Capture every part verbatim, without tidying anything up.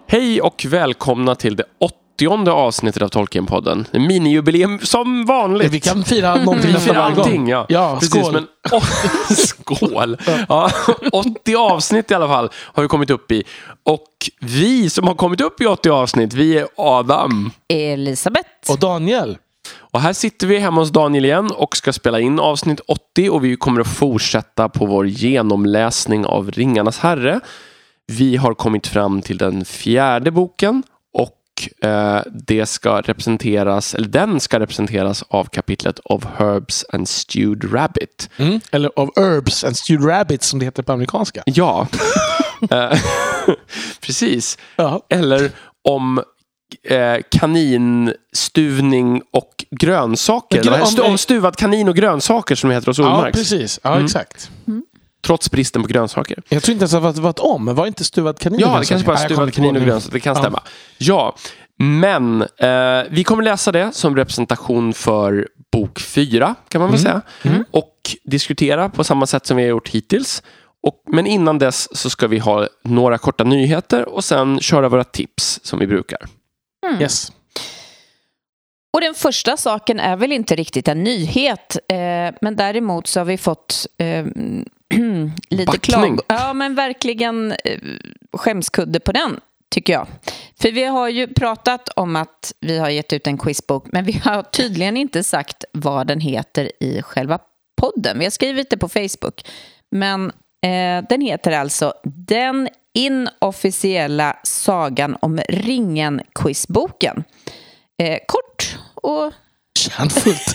Hej och välkomna till det åttionde avsnittet av Tolkien-podden. En minijubileum som vanligt. Vi kan fira någonting nästan varje gång. Ja, ja precis, skål. Men, oh, skål. Ja, åttio avsnitt i alla fall har vi kommit upp i. Och vi som har kommit upp i åttio avsnitt, vi är Adam, Elisabeth och Daniel. Och här sitter vi hemma hos Daniel igen och ska spela in avsnitt åttio. Och vi kommer att fortsätta på vår genomläsning av Ringarnas herre. Vi har kommit fram till den fjärde boken. Och eh, det ska representeras, eller den ska representeras av kapitlet of Herbs and Stewed Rabbit. Mm. Eller of Herbs and Stewed Rabbits som det heter på amerikanska. Ja, precis. Ja. Eller om eh, kaninstuvning och grönsaker. Grön, Stu- om stuvad kanin och grönsaker som det heter hos Olmarks. Ja, precis. Ja, Mm. exakt. Mm. Trots bristen på grönsaker. Jag tror inte ens att det var ett om. Var inte stuvad kanin? Ja, det kanske bara stuvad kanin och grönsaker. Det kan Ja. stämma. Ja, men eh, vi kommer läsa det som representation för bok fyra, kan man väl Mm. säga. Mm. Och diskutera på samma sätt som vi har gjort hittills. Och, men innan dess så ska vi ha några korta nyheter och sen köra våra tips som vi brukar. Mm. Yes. Och den första saken är väl inte riktigt en nyhet, eh, men däremot så har vi fått eh, lite klag. Ja, men verkligen eh, skämskudde på den, tycker jag. För vi har ju pratat om att vi har gett ut en quizbok, men vi har tydligen inte sagt vad den heter i själva podden. Vi har skrivit det på Facebook, men eh, den heter alltså Den inofficiella sagan om ringen-quizboken. Eh, kort och... Kärnfullt.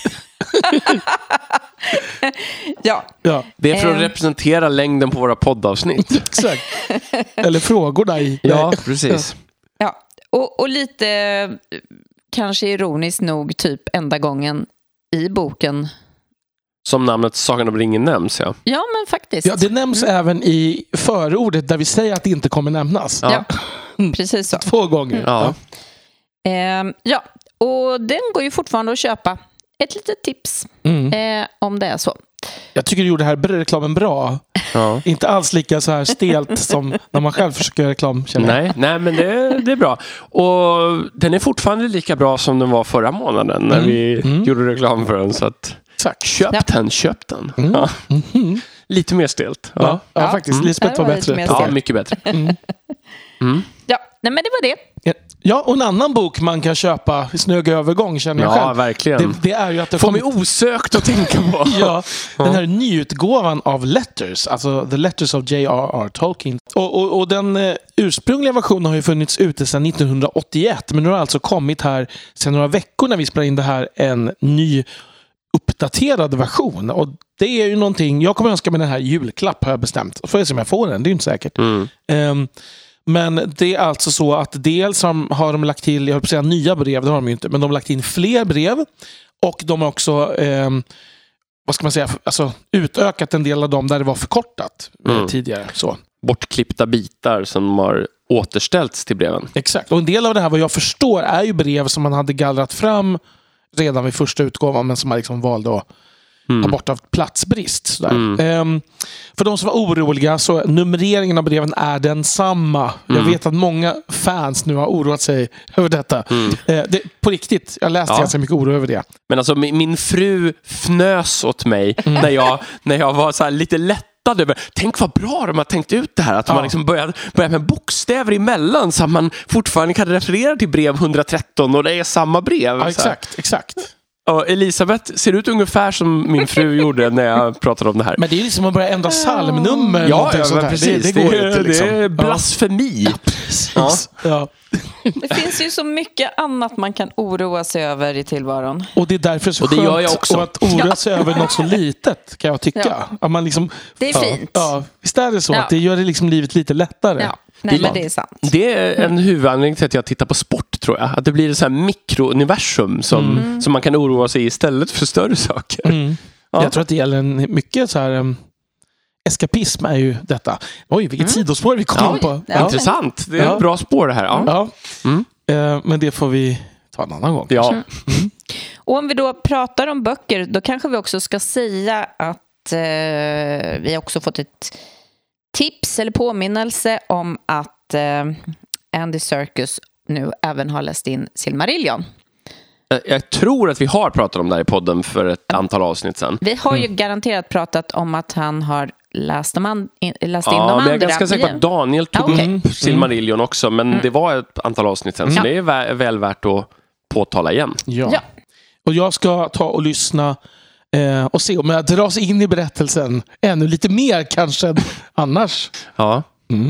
ja. Ja. Det är för att Eh. representera längden på våra poddavsnitt. Exakt. Eller frågorna i. Ja, precis. Ja, och, och lite eh, kanske ironiskt nog typ enda gången i boken. Som namnet Sagan om ringen nämns, ja. Ja, men faktiskt. Ja, det nämns mm. även i förordet där vi säger att det inte kommer nämnas. Ja, ja precis så. Två gånger. Mm. Ja. Ja. Eh, ja, och den går ju fortfarande att köpa. Ett litet tips Mm. eh, om det är så. Jag tycker du gjorde här reklamen bra. Ja. Inte alls lika så här stelt som när man själv försöker göra reklam. Nej, nej, men det, det är bra. Och den är fortfarande lika bra som den var förra månaden när Mm. vi Mm. gjorde reklam för den. Så att, Exakt. köp Ja. den, köp den. Mm. Ja. Mm. Lite mer stelt. Ja, Ja, ja, Ja. faktiskt. Mm. Lisbeth Ja, var det var lite bättre. mer ja stelt. mycket bättre. Mm. Mm. Ja, nej, men det var det. Ja, och en annan bok man kan köpa i snög övergång känner jag Ja, själv. verkligen. Det, det är ju att det Får kommer... mig osökt att tänka på. Ja, den här nyutgåvan av Letters, alltså The Letters of J R R Tolkien. Och, och, och den eh, ursprungliga versionen har ju funnits ute sedan nittonhundraåttioett, men nu har alltså kommit här sedan några veckor när vi spelar in det här en ny uppdaterad version. Och det är ju någonting, jag kommer önska mig den här julklapp har jag bestämt. Får jag se om jag får den, det är ju inte säkert. Mm. Um, men det är alltså så att dels har de lagt till, jag höll på att säga nya brev, det har de ju inte, men de har lagt in fler brev och de har också um, vad ska man säga, alltså utökat en del av dem där det var förkortat Mm. eh, tidigare. Så. Bortklippta bitar som har återställts till breven. Exakt, och en del av det här vad jag förstår är ju brev som man hade gallrat fram redan vid första utgåvan men som man liksom valde att Mm. ta bort av platsbrist. Sådär. Mm. Ehm, för de som var oroliga så numreringen av breven är densamma. Mm. Jag vet att många fans nu har oroat sig över detta. Mm. Eh, det, på riktigt, jag läste Ja. ganska mycket oro över det. Men alltså min, min fru fnös åt mig när, jag, när jag var så här lite lättad över. Tänk vad bra de har tänkt ut det här. Att Ja. man liksom börjar, börjar med bokstäver emellan så att man fortfarande kan referera till brev hundratretton och det är samma brev. Ja, Så här. exakt, exakt. Och Elisabeth ser ut ungefär som min fru gjorde när jag pratade om det här. Men det är liksom att börja ändra psalmnummer. eller Ja, någonting ja sånt men här. precis. Det, det går ju inte liksom. Det är blasfemi. Ja, precis. Ja. Ja. Det finns ju så mycket annat man kan oroa sig över i tillvaron. Och det är därför så Och det skönt gör jag också. och att oroa sig över något så litet kan jag tycka. Ja. Att man liksom, Det är ja, fint. Ja, visst är det så Ja. att det gör det liksom livet lite lättare. Ja, nej, Det- men det är sant. Det är en huvudanledning till att jag tittar på sport, tror jag. Att det blir ett så här mikrouniversum som, Mm. som man kan oroa sig i istället för större saker. Mm. Ja. Jag tror att det gäller en mycket så här um, eskapism är ju detta. Oj, vilket Mm. sidospår vi kom Ja, in på. ja. Intressant. Det är Ja. ett bra spår det här. Ja. Ja. Mm. Eh, men det får vi ta en annan gång. Ja. Mm. Och om vi då pratar om böcker, då kanske vi också ska säga att eh, vi har också fått ett tips eller påminnelse om att eh, Andy Serkis nu även har läst in Silmarillion. Jag tror att vi har pratat om det här i podden för ett antal avsnitt sedan. Vi har ju mm. garanterat pratat om att han har läst, de an, läst in ja, de andra. Ja, men jag är ganska säker på att Daniel tog okay. upp Silmarillion också. Men mm. det var ett antal avsnitt sedan. Mm. Så det är väl, väl värt att påtala igen. Ja. ja. Och jag ska ta och lyssna eh, och se om jag dras in i berättelsen ännu lite mer kanske än annars. Ja. Mm.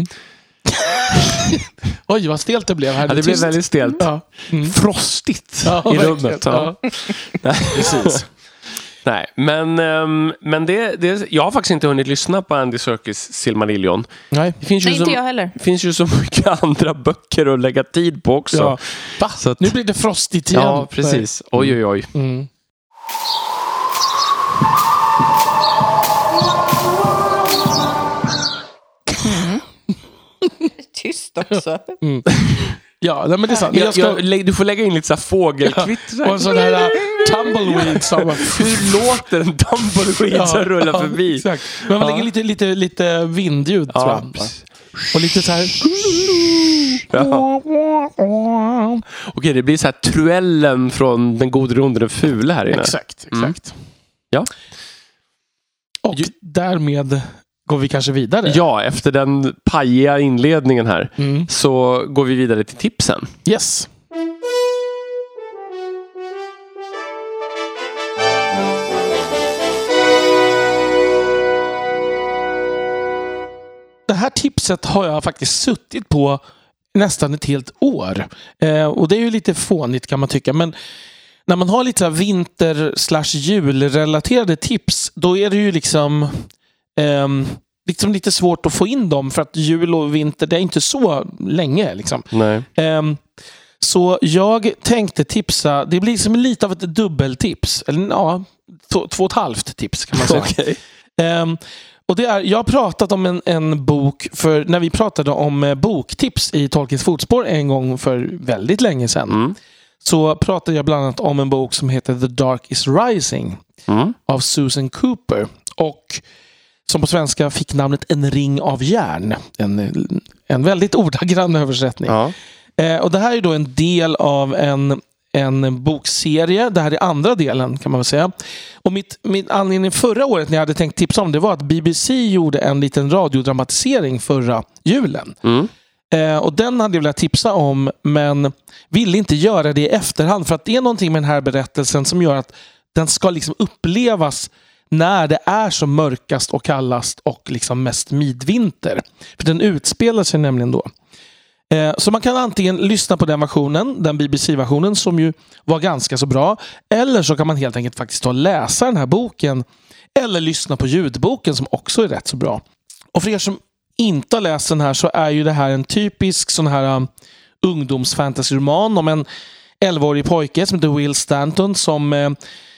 Oj, vad stelt det blev här. Ja, det blev väldigt stelt. Ja. Mm. Frostigt ja, i rummet. Ja. Ja. Precis. Nej, men, um, men det, det, jag har faktiskt inte hunnit lyssna på Andy Serkis Silmarillion. Nej, det finns ju Nej så, inte jag heller. Det finns ju så mycket andra böcker att lägga tid på också. Ja. Va? Så att, nu blir det frostigt igen. Ja, precis. Oj, oj, oj. Mm. Tyst också. Mm. Ja, men det är sant. Jag, jag ska... jag, du får lägga in lite så här fågelkvitt. Ja, och sån här uh, tumbleweed som... Hur låter en tumbleweed ja, som rullar ja, förbi? Exakt. Men man ja. lägger lite, lite, lite vindljud, ja. tror jag. Och lite så här... Ja. Okej, det blir så här truellen från Den gode, onde, den fule här inne. Exakt, exakt. Mm. Ja. Och Ju... därmed... går vi kanske vidare? Ja, efter den pajiga inledningen här mm. så går vi vidare till tipsen. Yes. Det här tipset har jag faktiskt suttit på nästan ett helt år. Eh, och det är ju lite fånigt kan man tycka, men när man har lite så här vinter slash julrelaterade tips, då är det ju liksom... Um, liksom lite svårt att få in dem för att jul och vinter, det är inte så länge liksom. Nej. Um, så jag tänkte tipsa, det blir liksom lite av ett dubbeltips eller ja, två, två och ett halvt tips kan man säga. Okay. Um, och det är, jag har pratat om en, en bok för när vi pratade om eh, boktips i Tolkiens fotspår en gång för väldigt länge sedan. Mm. Så pratade jag bland annat om en bok som heter The Dark is Rising mm. av Susan Cooper och som på svenska fick namnet En ring av järn. En, en väldigt ordagrann översättning. Ja. Eh, och det här är då en del av en, en bokserie. Det här är andra delen kan man väl säga. Och mitt, mitt anledning förra året när jag hade tänkt tipsa om det var att B B C gjorde en liten radiodramatisering förra julen. Mm. Eh, och den hade jag velat tipsa om men ville inte göra det i efterhand för att det är någonting med den här berättelsen som gör att den ska liksom upplevas när det är som mörkast och kallast och liksom mest midvinter. För den utspelar sig nämligen då. Eh, så man kan antingen lyssna på den versionen, den B B C-versionen som ju var ganska så bra. Eller så kan man helt enkelt faktiskt ta och läsa den här boken. Eller lyssna på ljudboken som också är rätt så bra. Och för er som inte har läst den här så är ju det här en typisk sån här um, ungdomsfantasyroman om en elvaårig pojke som heter Will Stanton som... Eh,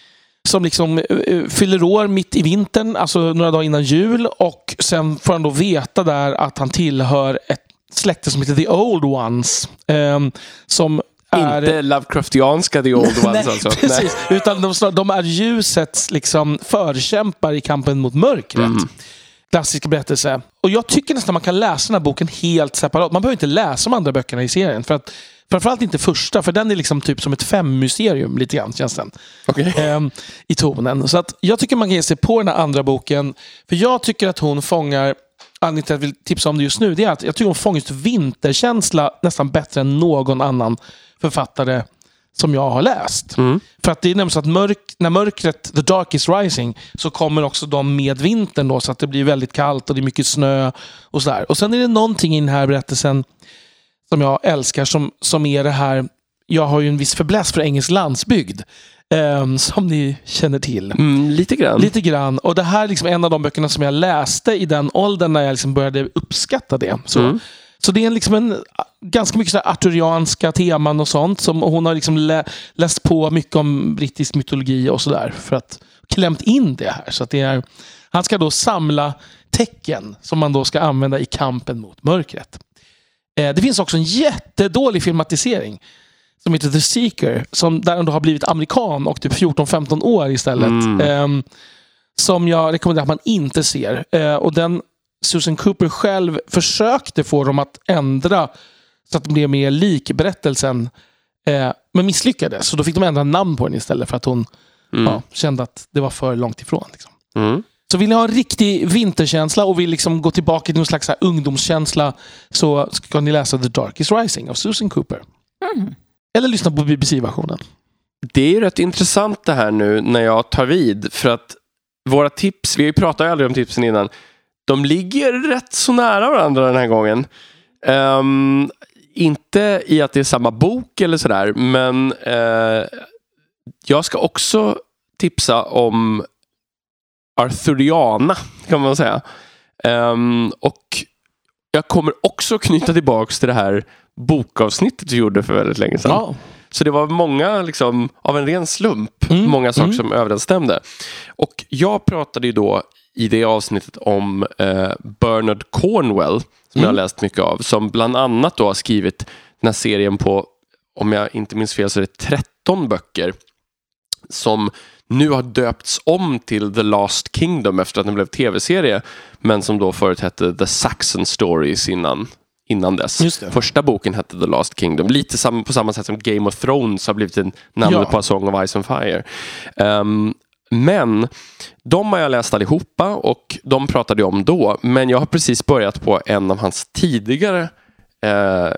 som liksom uh, fyller år mitt i vintern, alltså några dagar innan jul och sen får han då veta där att han tillhör ett släkte som heter The Old Ones um, som är... Inte Lovecraftianska The Old Ones. Nej, alltså. precis. Nej. Utan de, de är ljusets liksom förkämpar i kampen mot mörkret. Mm. Klassisk berättelse. Och jag tycker nästan man kan läsa den här boken helt separat. Man behöver inte läsa de andra böckerna i serien för att framförallt inte första, för den är liksom typ som ett femmysterium lite grann känns den. Okay. Ehm, i tonen. Så att jag tycker man kan ge sig på den här andra boken. För jag tycker att hon fångar, anledningen till att jag vill tipsa om det just nu, det är att jag tycker hon fångar just vinterkänsla nästan bättre än någon annan författare som jag har läst. Mm. För att det är nämligen så att mörk, när mörkret, The Dark is Rising, så kommer också de med vintern då, så att det blir väldigt kallt och det är mycket snö och sådär. Och sen är det någonting i den här berättelsen som jag älskar som, som är det här, jag har ju en viss förbläss för engelsk landsbygd um, som ni känner till. Mm, lite grann. Lite grann. Och det här är liksom en av de böckerna som jag läste i den åldern när jag liksom började uppskatta det. Så, mm. så det är liksom en ganska mycket så här arturianska teman och sånt som hon har liksom lä, läst på mycket om brittisk mytologi och sådär för att klämt in det här. Så att det är, han ska då samla tecken som man då ska använda i kampen mot mörkret. Det finns också en jättedålig filmatisering som heter The Seeker som där ändå har blivit amerikan och typ fjorton femton år istället. Mm. Um, som jag rekommenderar att man inte ser. Uh, och den Susan Cooper själv försökte få dem att ändra så att den blev mer lik berättelsen, eh, men misslyckades. Så då fick de ändra namn på den istället för att hon mm. ja, kände att det var för långt ifrån. Liksom. Mm. Så vill ni ha en riktig vinterkänsla och vill liksom gå tillbaka till någon slags här ungdomskänsla, så ska ni läsa The Dark is Rising av Susan Cooper. Mm. Eller lyssna på B B C-versionen. Det är ju rätt intressant det här nu när jag tar vid. För att våra tips, vi har ju pratat aldrig om tipsen innan, de ligger rätt så nära varandra den här gången. Um, inte i att det är samma bok eller sådär, men uh, jag ska också tipsa om Arthuriana, kan man säga. Um, och jag kommer också knyta tillbaka till det här bokavsnittet vi gjorde för väldigt länge sedan. Ja. Så det var många, liksom, av en ren slump, mm. många saker mm. som överensstämde. Och jag pratade ju då i det avsnittet om eh, Bernard Cornwell, som mm. jag har läst mycket av, som bland annat då har skrivit den här serien på, om jag inte minns fel så är det tretton böcker som nu har döpts om till The Last Kingdom efter att den blev tv-serie, men som då förut hette The Saxon Stories innan, innan dess. Första boken hette The Last Kingdom, lite sam- på samma sätt som Game of Thrones har blivit en namnet ja. på A Song of Ice and Fire. Um, men de har jag läst allihopa och de pratade jag om då, men jag har precis börjat på en av hans tidigare eh,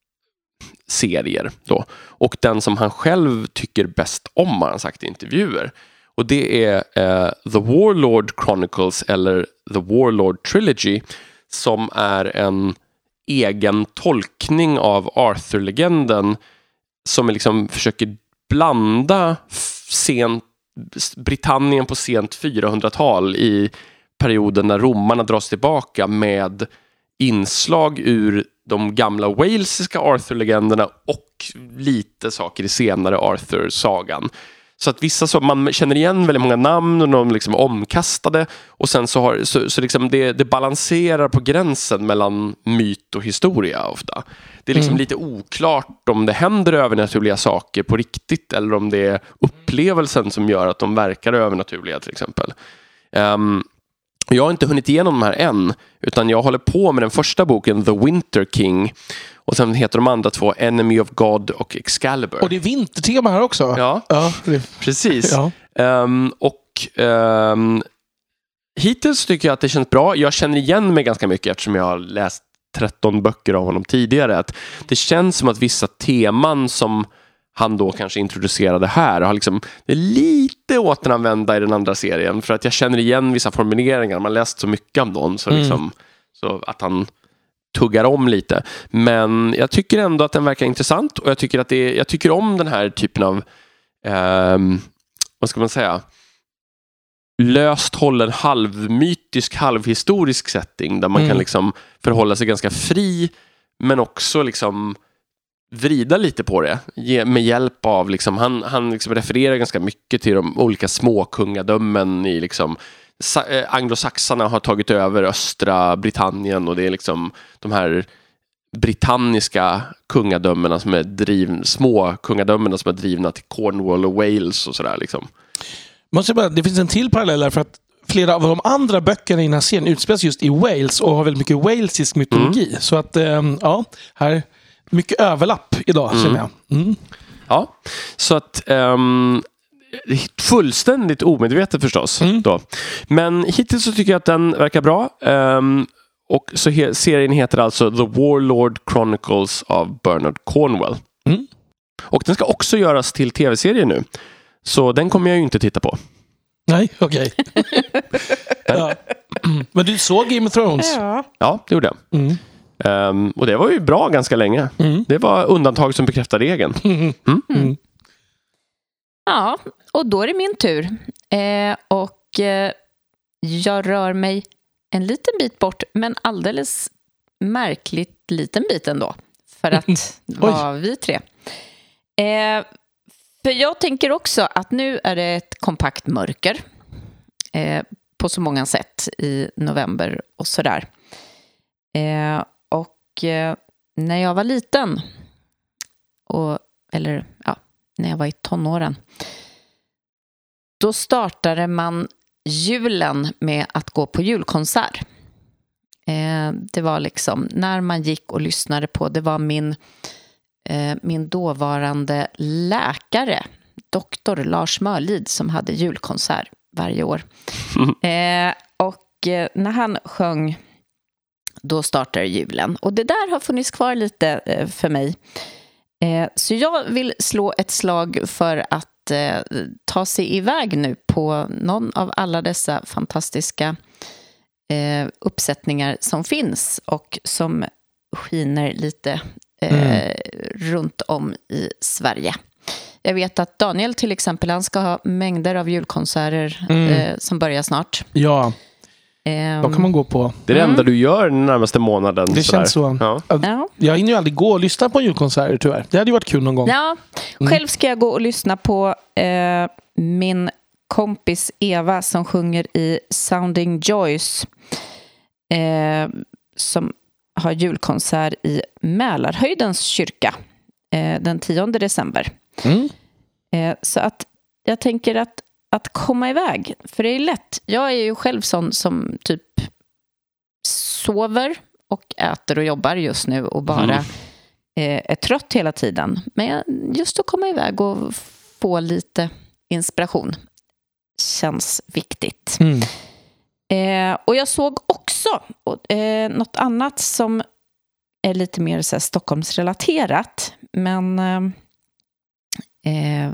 serier då. Och den som han själv tycker bäst om, har han sagt i intervjuer. Och det är eh, The Warlord Chronicles eller The Warlord Trilogy, som är en egen tolkning av Arthur-legenden som liksom försöker blanda sent Britannien på sent fyrahundratal i perioden när romarna dras tillbaka med inslag ur de gamla walesiska Arthur-legenderna och lite saker i senare Arthur-sagan. Så att vissa så, man känner igen väldigt många namn och de liksom omkastade, och sen så, har, så, så liksom det, det balanserar på gränsen mellan myt och historia ofta. Det är liksom mm. lite oklart om det händer övernaturliga saker på riktigt eller om det är upplevelsen som gör att de verkar övernaturliga till exempel. Um, jag har inte hunnit igenom de här än, utan jag håller på med den första boken, The Winter King, och sen heter de andra två Enemy of God och Excalibur. Och det är vintertema här också. Ja, ja precis. Ja. Um, och um, hittills tycker jag att det känns bra. Jag känner igen mig ganska mycket eftersom jag har läst tretton böcker av honom tidigare. Att det känns som att vissa teman som han då kanske introducerade här har liksom, det är lite återanvända i den andra serien, för att jag känner igen vissa formuleringar. Man har läst så mycket om dem så, liksom, mm. så att han tuggar om lite. Men jag tycker ändå att den verkar intressant, och jag tycker att det är, jag tycker om den här typen av eh, vad ska man säga, löst hållen halvmytisk, halvhistorisk setting där man mm. kan liksom förhålla sig ganska fri, men också liksom vrida lite på det med hjälp av liksom, han, han liksom refererar ganska mycket till de olika små kungadömen i liksom, anglosaxarna har tagit över östra Britannien, och det är liksom de här britanniska kungadömena som är drivna, små kungadömena som är drivna till Cornwall och Wales och sådär liksom. Måste bara, det finns en till parallell här, för att flera av de andra böckerna i den här serien utspelas just i Wales och har väldigt mycket walesisk mytologi. Mm. Så att, ja, här mycket överlapp idag, mm. känner jag. Mm. Ja, så att um, fullständigt omedvetet förstås. Mm. Då. Men hittills så tycker jag att den verkar bra. Um, och så he- serien heter alltså The Warlord Chronicles av Bernard Cornwell. Mm. Och den ska också göras till tv-serie nu. Så den kommer jag ju inte titta på. Nej, okej. Okay. ja. Men du såg Game of Thrones? Ja, ja det gjorde jag. Mm. Um, och det var ju bra ganska länge. Mm. Det var undantag som bekräftar regeln. Mm. Mm. Ja, och då är det min tur. Eh, och eh, jag rör mig en liten bit bort, men alldeles märkligt liten bit ändå. För att vara vi tre. Eh, för jag tänker också att nu är det ett kompakt mörker. Eh, på så många sätt i november och sådär. Eh, och eh, när jag var liten, och, eller ja, när jag var i tonåren, då startade man julen med att gå på julkonsert. Eh, det var liksom, när man gick och lyssnade på, det var min, eh, min dåvarande läkare, doktor Lars Mörlid, som hade julkonsert varje år. Eh, och eh, när han sjöng, då startade julen. Och det där har funnits kvar lite eh, för mig. Eh, så jag vill slå ett slag för att eh, ta sig iväg nu på någon av alla dessa fantastiska eh, uppsättningar som finns och som skiner lite eh, mm. runt om i Sverige. Jag vet att Daniel till exempel, han ska ha mängder av julkonserter mm. eh, som börjar snart. Ja, um, då kan man gå på. Det är det mm. enda du gör den närmaste månaden. Det sådär. Känns så. Ja. Ja. Jag hinner ju aldrig gå och lyssna på julkonserter tyvärr. Det hade ju varit kul någon gång. Ja, själv ska jag gå och lyssna på eh, min kompis Eva som sjunger i Sounding Joys. Eh, som har julkonsert i Mälarhöjdens kyrka eh, den tionde december. Mm. Eh, så att jag tänker att, att komma iväg, för det är lätt. Jag är ju själv sån som typ sover och äter och jobbar just nu och bara mm. eh, är trött hela tiden. Men just att komma iväg och få lite inspiration känns viktigt. Mm. Eh, och jag såg också eh, något annat som är lite mer så här Stockholmsrelaterat, men eh, eh,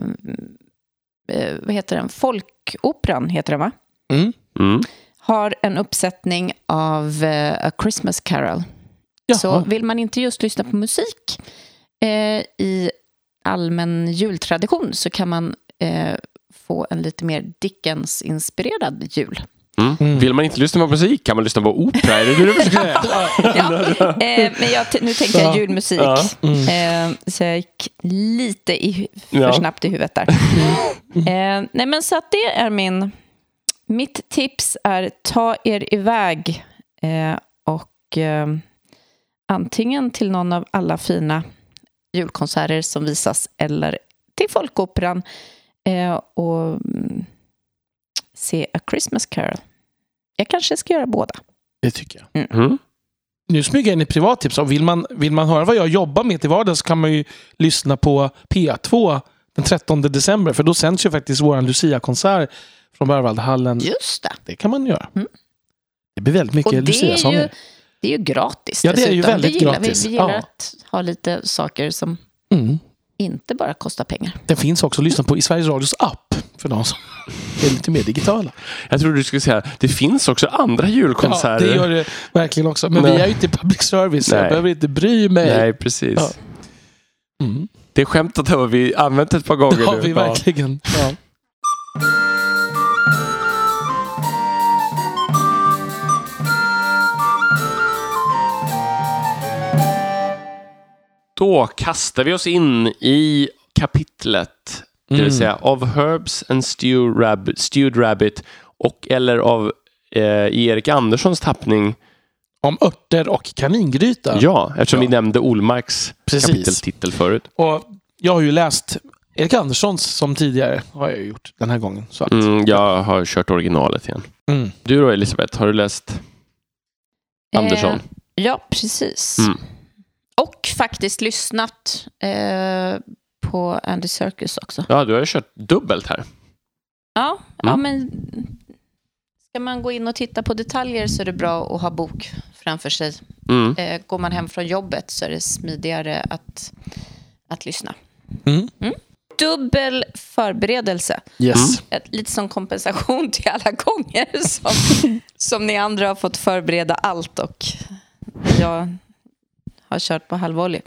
vad heter den? Folkoperan heter den, va? Mm. Mm. Har en uppsättning av eh, A Christmas Carol. Jaha. Så vill man inte just lyssna på musik eh, i allmän jultradition, så kan man eh, få en lite mer Dickens-inspirerad jul. Mm. Mm. Vill man inte lyssna på musik kan man lyssna på opera. Är det det du försöker säga? Ja, eh, men jag t- nu tänker jag julmusik. Ja. Mm. Eh, så jag gick lite i, för ja. snabbt i huvudet där. Mm. Eh, nej, men så att det är min... Mitt tips är ta er iväg eh, och eh, antingen till någon av alla fina julkonserter som visas eller till Folkoperan eh, och mm, se A Christmas Carol. Jag kanske ska göra båda. Det tycker jag. Mm. Mm. Nu smyger jag in ett privattips. Vill man, vill man höra vad jag jobbar med till vardags så kan man ju lyssna på P två den trettonde december. För då sänds ju faktiskt våran Lucia-konsert från Berwaldhallen. Just det. Det kan man göra. Mm. Det blir väldigt mycket Lucia-sånger. Det är ju gratis. Ja, det är ju väldigt vi gillar, gratis. Vi, vi gillar ja. att ha lite saker som mm. inte bara kostar pengar. Den finns också att lyssna på i Sveriges Radios app för de som är lite mer digitala. Jag tror du skulle säga det finns också andra julkonserter. Ja, det gör det verkligen också. Men Nej. vi är ju inte public service. Nej. Jag behöver inte bry mig. Nej, precis. Ja. Mm. Det skämtet har vi använt ett par gånger nu. Det har vi verkligen. Ja. Då kastar vi oss in i kapitlet, mm. det vill säga Of Herbs and Stew Rab- Stewed Rabbit och eller av eh, Erik Anderssons tappning om örter och kaningryta. Ja, eftersom ja. vi nämnde Olmarks Precis. kapiteltitel förut. Och jag har ju läst Erik Anderssons som tidigare har jag gjort den här gången. Så att... mm, jag har kört originalet igen. Mm. Du då, Elisabeth, har du läst Andersson? Eh, ja, precis. Mm. Och faktiskt lyssnat eh, på Andy Serkis också. Ja, du har ju kört dubbelt här. Ja, mm. ja, men ska man gå in och titta på detaljer så är det bra att ha bok framför sig. Mm. Eh, går man hem från jobbet så är det smidigare att, att lyssna. Mm. Mm. Dubbel förberedelse. Yes. Mm. Lite som kompensation till alla gånger som, som ni andra har fått förbereda allt och jag har kört på halvvolley.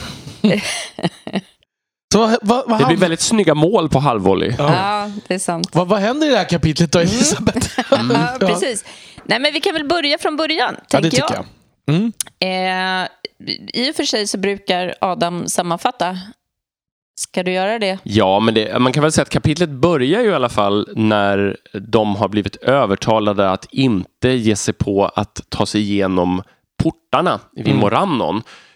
Så vad, vad, vad det blir väldigt snygga mål på halvvolley. Ja, ja det är sant. Vad, vad händer i det här kapitlet då, Elisabeth? Mm. Ja, precis. Nej, men vi kan väl börja från början, ja, tänker det tycker jag. jag. Mm. Eh, I och för sig så brukar Adam sammanfatta. Ska du göra det? Ja, men det, man kan väl säga att kapitlet börjar ju i alla fall när de har blivit övertalade att inte ge sig på att ta sig igenom portarna vid mm. Morannon,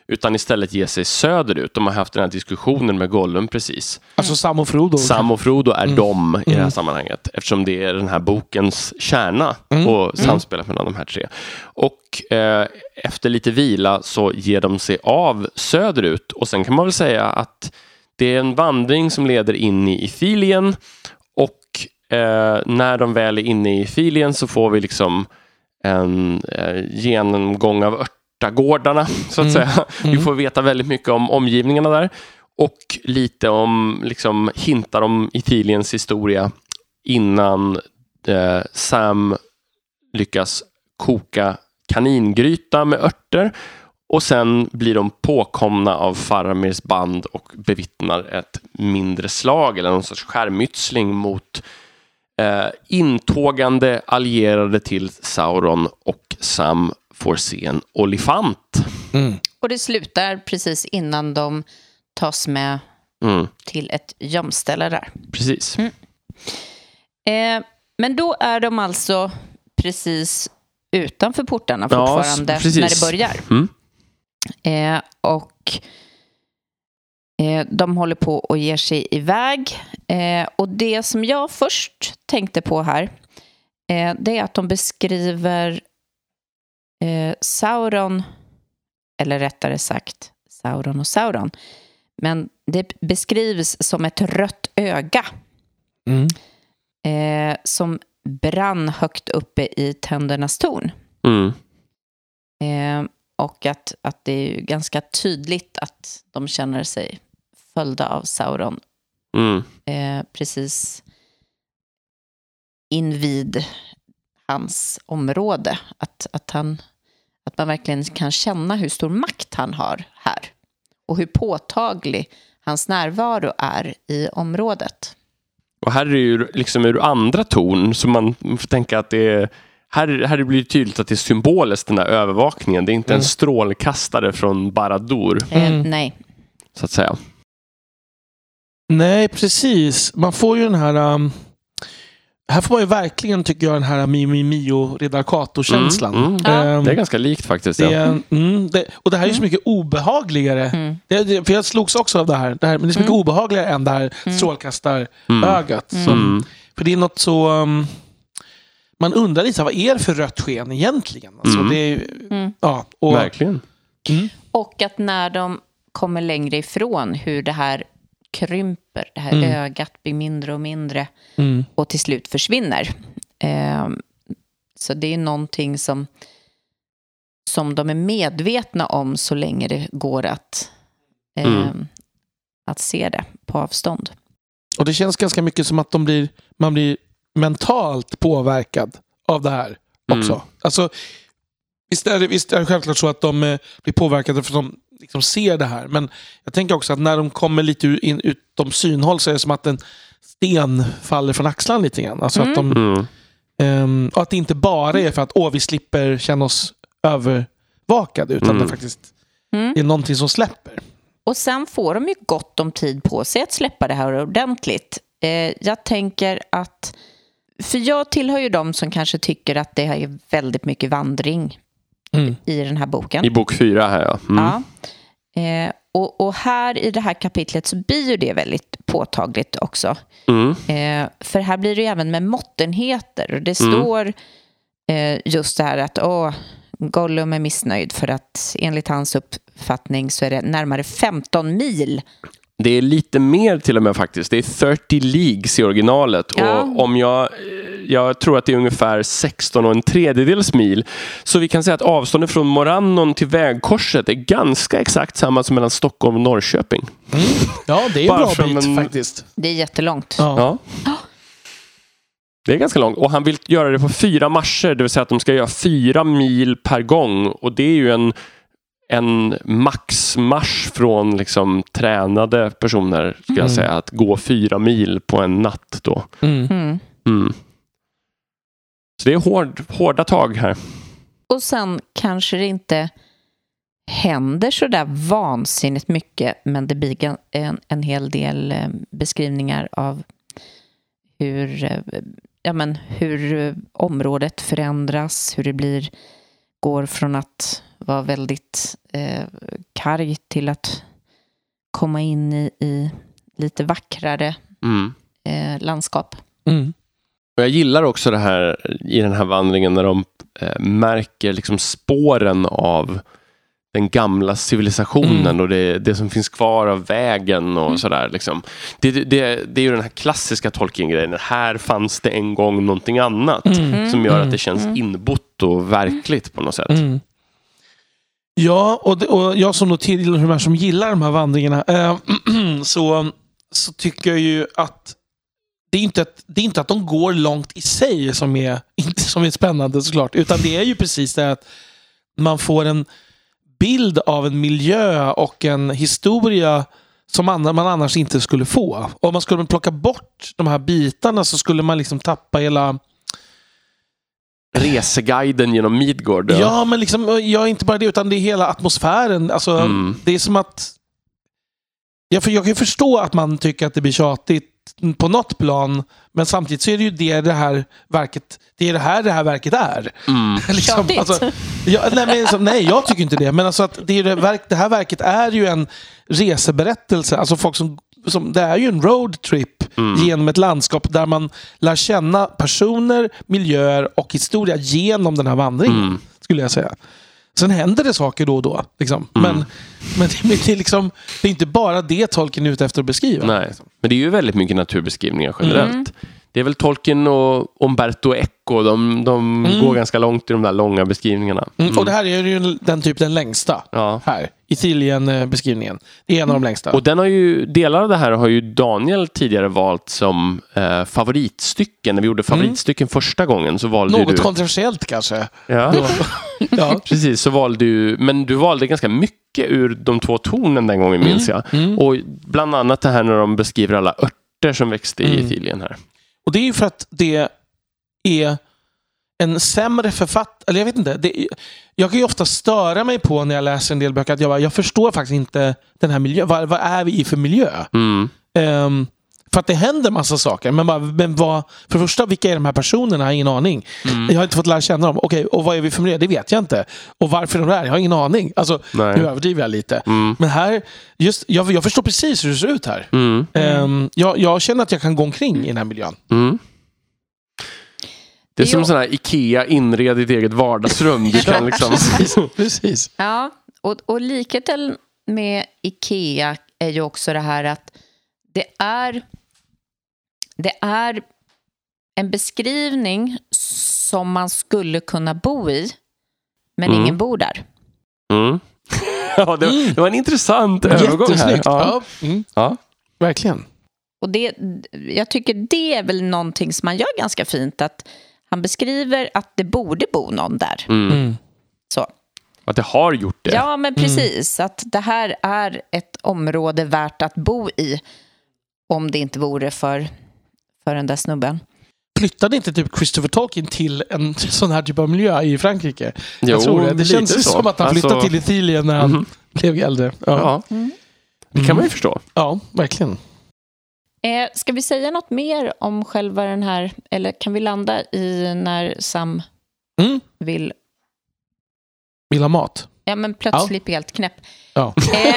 utan istället ge sig söderut. De har haft den här diskussionen med Gollum precis. Alltså Sam och Frodo. Sam och Frodo är Mm. de i det här Mm. sammanhanget, eftersom det är den här bokens kärna Mm. och samspelet mellan de här tre. Och eh, efter lite vila så ger de sig av söderut, och sen kan man väl säga att det är en vandring som leder in i Ithilien, och eh, när de väl är inne i Ithilien så får vi liksom en eh, genomgång av örtagårdarna, så att Mm. säga. Mm. Vi får veta väldigt mycket om omgivningarna där, och lite om, liksom, hintar om Ithiliens historia innan eh, Sam lyckas koka kaningryta med örter, och sen blir de påkomna av Faramirs band och bevittnar ett mindre slag eller någon sorts skärmytsling mot eh, intågande allierade till Sauron, och Sam får se en olifant. Mm. Och det slutar precis innan de tas med Mm, till ett gömställe där. precis. Mm. Eh, men då är de alltså precis utanför portarna Ja, fortfarande s- precis. när det börjar. Mm. Eh, och eh, de håller på och ger sig iväg. Eh, och det som jag först tänkte på här, eh, det är att de beskriver eh, Sauron, eller rättare sagt Sauron och Sauron. Men det beskrivs som ett rött öga Mm. eh, som brann högt uppe i tändernas torn. Mm. Eh, och att, att det är ju ganska tydligt att de känner sig följda av Sauron Mm. eh, precis invid hans område. Att, att, han, att man verkligen kan känna hur stor makt han har här. Och hur påtaglig hans närvaro är i området. Och här är det ju liksom ur andra ton, så man får tänka att det är, här, här blir det tydligt att det är symboliskt, den här övervakningen. Det är inte Mm. en strålkastare från Barad-dûr, Eh, Mm. nej. så att säga. Nej, precis. Man får ju den här... Um, här får man ju verkligen, tycker jag, den här Mimi Mio Redarkato-känslan. Mm, mm. Ja. Ehm, Det är ganska likt faktiskt. det Ja. är, mm, det, och det här är ju så mycket obehagligare. Mm. Det, det, för jag slogs också av det här. Det här men det är så mycket Mm. obehagligare än det här Mm. strålkastarögat. Mm. Som, Mm. För det är något så... Um, man undrar lite, vad är det för rött sken egentligen? Alltså, Mm. det är, Mm. ja, och, Verkligen. mm, Och att när de kommer längre ifrån hur det här krymper, det här Mm. ögat blir mindre och mindre mm, och till slut försvinner. Eh, så det är någonting som, som de är medvetna om så länge det går att, eh, Mm. att se det på avstånd. och det känns ganska mycket som att de blir, man blir mentalt påverkad av det här också. Mm. Alltså, visst, är det, visst är det självklart så att de eh, blir påverkade för att de liksom ser det här. Men jag tänker också att när de kommer lite ur, in, utom synhåll så är det som att en sten faller från axlarna lite grann. Alltså att, de, Mm. ehm, och att det inte bara är för att åh, vi slipper känna oss övervakade, utan Mm. det faktiskt Mm. är någonting som släpper. Och sen får de ju gott om tid på sig att släppa det här ordentligt. Eh, jag tänker att, för jag tillhör ju de som kanske tycker att det är väldigt mycket vandring Mm. i den här boken. I bok fyra här, ja. Mm. Ja. Eh, och, och här i det här kapitlet så blir ju det väldigt påtagligt också. Mm. Eh, för här blir det ju även med måttenheter. Och det Mm. står eh, just det här att åh, Gollum är missnöjd för att enligt hans uppfattning så är det närmare femton mil. Det är lite mer till och med faktiskt. Det är trettio leagues i originalet. Ja. Och om jag, jag tror att det är ungefär sexton och en tredjedels mil. Så vi kan säga att avståndet från Morannon till vägkorset är ganska exakt samma som mellan Stockholm och Norrköping. Mm. Ja, det är en Bara bra från bit en- faktiskt. Det är jättelångt. Ja. Ja. Det är ganska långt. Och han vill göra det på fyra marscher. Det vill säga att de ska göra fyra mil per gång. Och det är ju en, en maxmarsch från liksom tränade personer, ska jag Mm. säga. Att gå fyra mil på en natt då. Mm. Mm. Mm. Så det är hård, hårda tag här. Och sen kanske det inte händer så där vansinnigt mycket, men det blir gan- en, en hel del eh, beskrivningar av hur, eh, ja, men hur eh, området förändras, hur det blir, går från att vara väldigt eh, karg till att komma in i, i lite vackrare Mm. eh, landskap. Mm. Och jag gillar också det här i den här vandringen när de eh, märker liksom spåren av den gamla civilisationen Mm. och det, det som finns kvar av vägen och Mm. sådär. Liksom. Det, det, det är ju den här klassiska Tolkien-grejen. Här fanns det en gång någonting annat Mm. som gör Mm. att det känns Mm. inbott och verkligt på något sätt. Mm. Ja, och, det, och jag som då tillhör de här som gillar de här vandringarna eh, så, så tycker jag ju att det är inte att, det är inte att de går långt i sig som är, inte som är spännande såklart, utan det är ju precis det att man får en bild av en miljö och en historia som man annars inte skulle få. Om man skulle plocka bort de här bitarna så skulle man liksom tappa hela... Reseguiden genom Midgård. Ja, ja men liksom, ja, inte bara det, utan det är hela atmosfären. Alltså, Mm. det är som att... Jag, för, jag kan ju förstå att man tycker att det blir tjatigt på något plan, men samtidigt så är det ju det det här verket, det är det här det här verket är. Mm. liksom, Tjatigt. alltså, ja, nej, men, så, nej, jag tycker inte det. Men alltså att det, är det, verk, det här verket är ju en reseberättelse. Alltså folk som, som, det är ju en roadtrip Mm. genom ett landskap där man lär känna personer, miljöer och historia genom den här vandringen, Mm. skulle jag säga. Sen händer det saker då och då. Liksom. Mm. Men, men, det, men det, är liksom, det är inte bara det Tolkien är ute efter att beskriva. Nej, men det är ju väldigt mycket naturbeskrivningar generellt. Mm. Det är väl Tolkien och Umberto Eco, de, de Mm. går ganska långt i de där långa beskrivningarna. Mm. Och det här är ju den typ den längsta. Ja. Här, Ithilien-beskrivningen. Det är en av de längsta. Och den har ju, delar av det här har ju Daniel tidigare valt som eh, favoritstycken. När vi gjorde favoritstycken första gången så valde Något du... kontroversiellt kanske. Ja. Då. Ja. Precis, så valde du... Men du valde ganska mycket ur de två tornen den gången, minns jag. Mm. Och bland annat det här när de beskriver alla örter som växte i Mm. Ithilien här. Och det är ju för att det är en sämre författare. Eller jag vet inte. Det är, jag kan ju ofta störa mig på när jag läser en del böcker att jag, bara, jag förstår faktiskt inte den här miljön. Vad, vad är vi i för miljö? Mm. Um, för att det händer massa saker. Men, bara, men vad, för det första, vilka är de här personerna? Jag har ingen aning. Mm. Jag har inte fått lära känna dem. Okej, och vad är vi för miljö? Det vet jag inte. Och varför de där? Jag har ingen aning. Alltså, Nej. nu överdriver jag lite. Mm. Men här, just, jag, jag förstår precis hur det ser ut här. Mm. Um, jag, jag känner att jag kan gå omkring i den här miljön. Mm. Det är som Jo. sån här Ikea inred ditt eget vardagsrum. Du kan liksom... precis. precis. Ja, och, och likheten med Ikea är ju också det här att det är, det är en beskrivning som man skulle kunna bo i, men Mm. ingen bor där. Mm. Ja, det, var, det var en intressant övergång här. Jättesnyggt. Ja. Ja. Mm. Ja. Verkligen. Och det, jag tycker det är väl någonting som man gör ganska fint, att han beskriver att det borde bo någon där. Mm. Mm. Så. Att det har gjort det. Ja, men precis. Att det här är ett område värt att bo i om det inte vore för, för den där snubben. Flyttade inte typ Christopher Tolkien till en sån här typ av miljö i Frankrike? Jo, Jag tror det. Det lite känns ju så. som att han flyttade Alltså- till Ithilien när han Mhm. blev äldre. Ja, Ja, Mm. det kan man ju förstå. ja verkligen. Eh, ska vi säga något mer om själva den här, eller kan vi landa i när Sam Mm. vill, Vill ha mat. ja men plötsligt blir helt knäpp. Ja. Eh,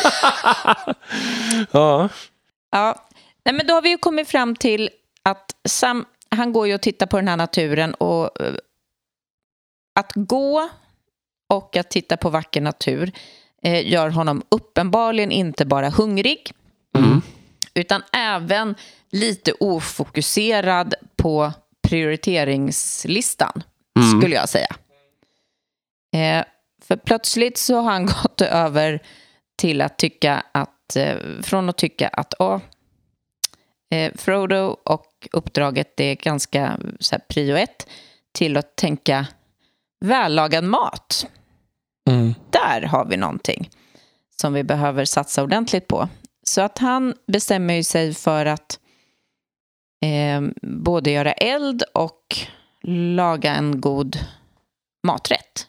Ja. ja, nej men då har vi ju kommit fram till att Sam, han går ju och tittar på den här naturen, och eh, att gå och att titta på vacker natur eh, gör honom uppenbarligen inte bara hungrig, Mm. utan även lite ofokuserad på prioriteringslistan, Mm. skulle jag säga. Eh, för plötsligt så har han gått över till att tycka att, eh, från att tycka att åh, eh, Frodo och uppdraget det är ganska så här, prio ett, till att tänka vällagad mat. Mm. Där har vi någonting som vi behöver satsa ordentligt på. Så att han bestämmer ju sig för att eh, både göra eld och laga en god maträtt.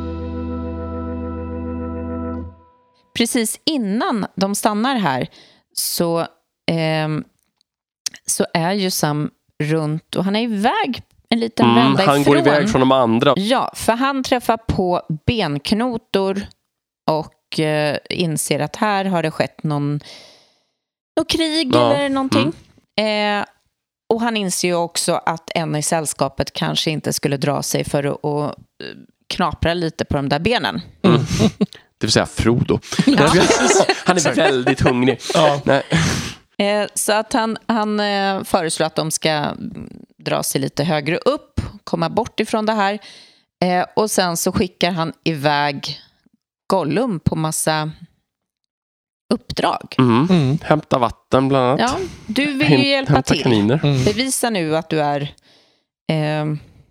Precis innan de stannar här så, eh, så är ju Sam runt och han är iväg en liten mm, vända han ifrån. går iväg från de andra. Ja, för han träffar på benknotor och eh, inser att här har det skett någon, någon krig ja. eller någonting. Mm. Eh, och han inser ju också att en i sällskapet kanske inte skulle dra sig för att, att knapra lite på de där benen. Mm. Det vill säga Frodo. Ja. Han är väldigt hungrig. Ja. Nej. Eh, så att han, han eh, föreslår att de ska dra sig lite högre upp, komma bort ifrån det här. Eh, och sen så skickar han iväg Gollum på massa uppdrag. Mm. Mm. Hämta vatten bland annat. Ja, du vill ju Häm- hjälpa hämta till. kaniner. Mm. Bevisa nu att du är eh,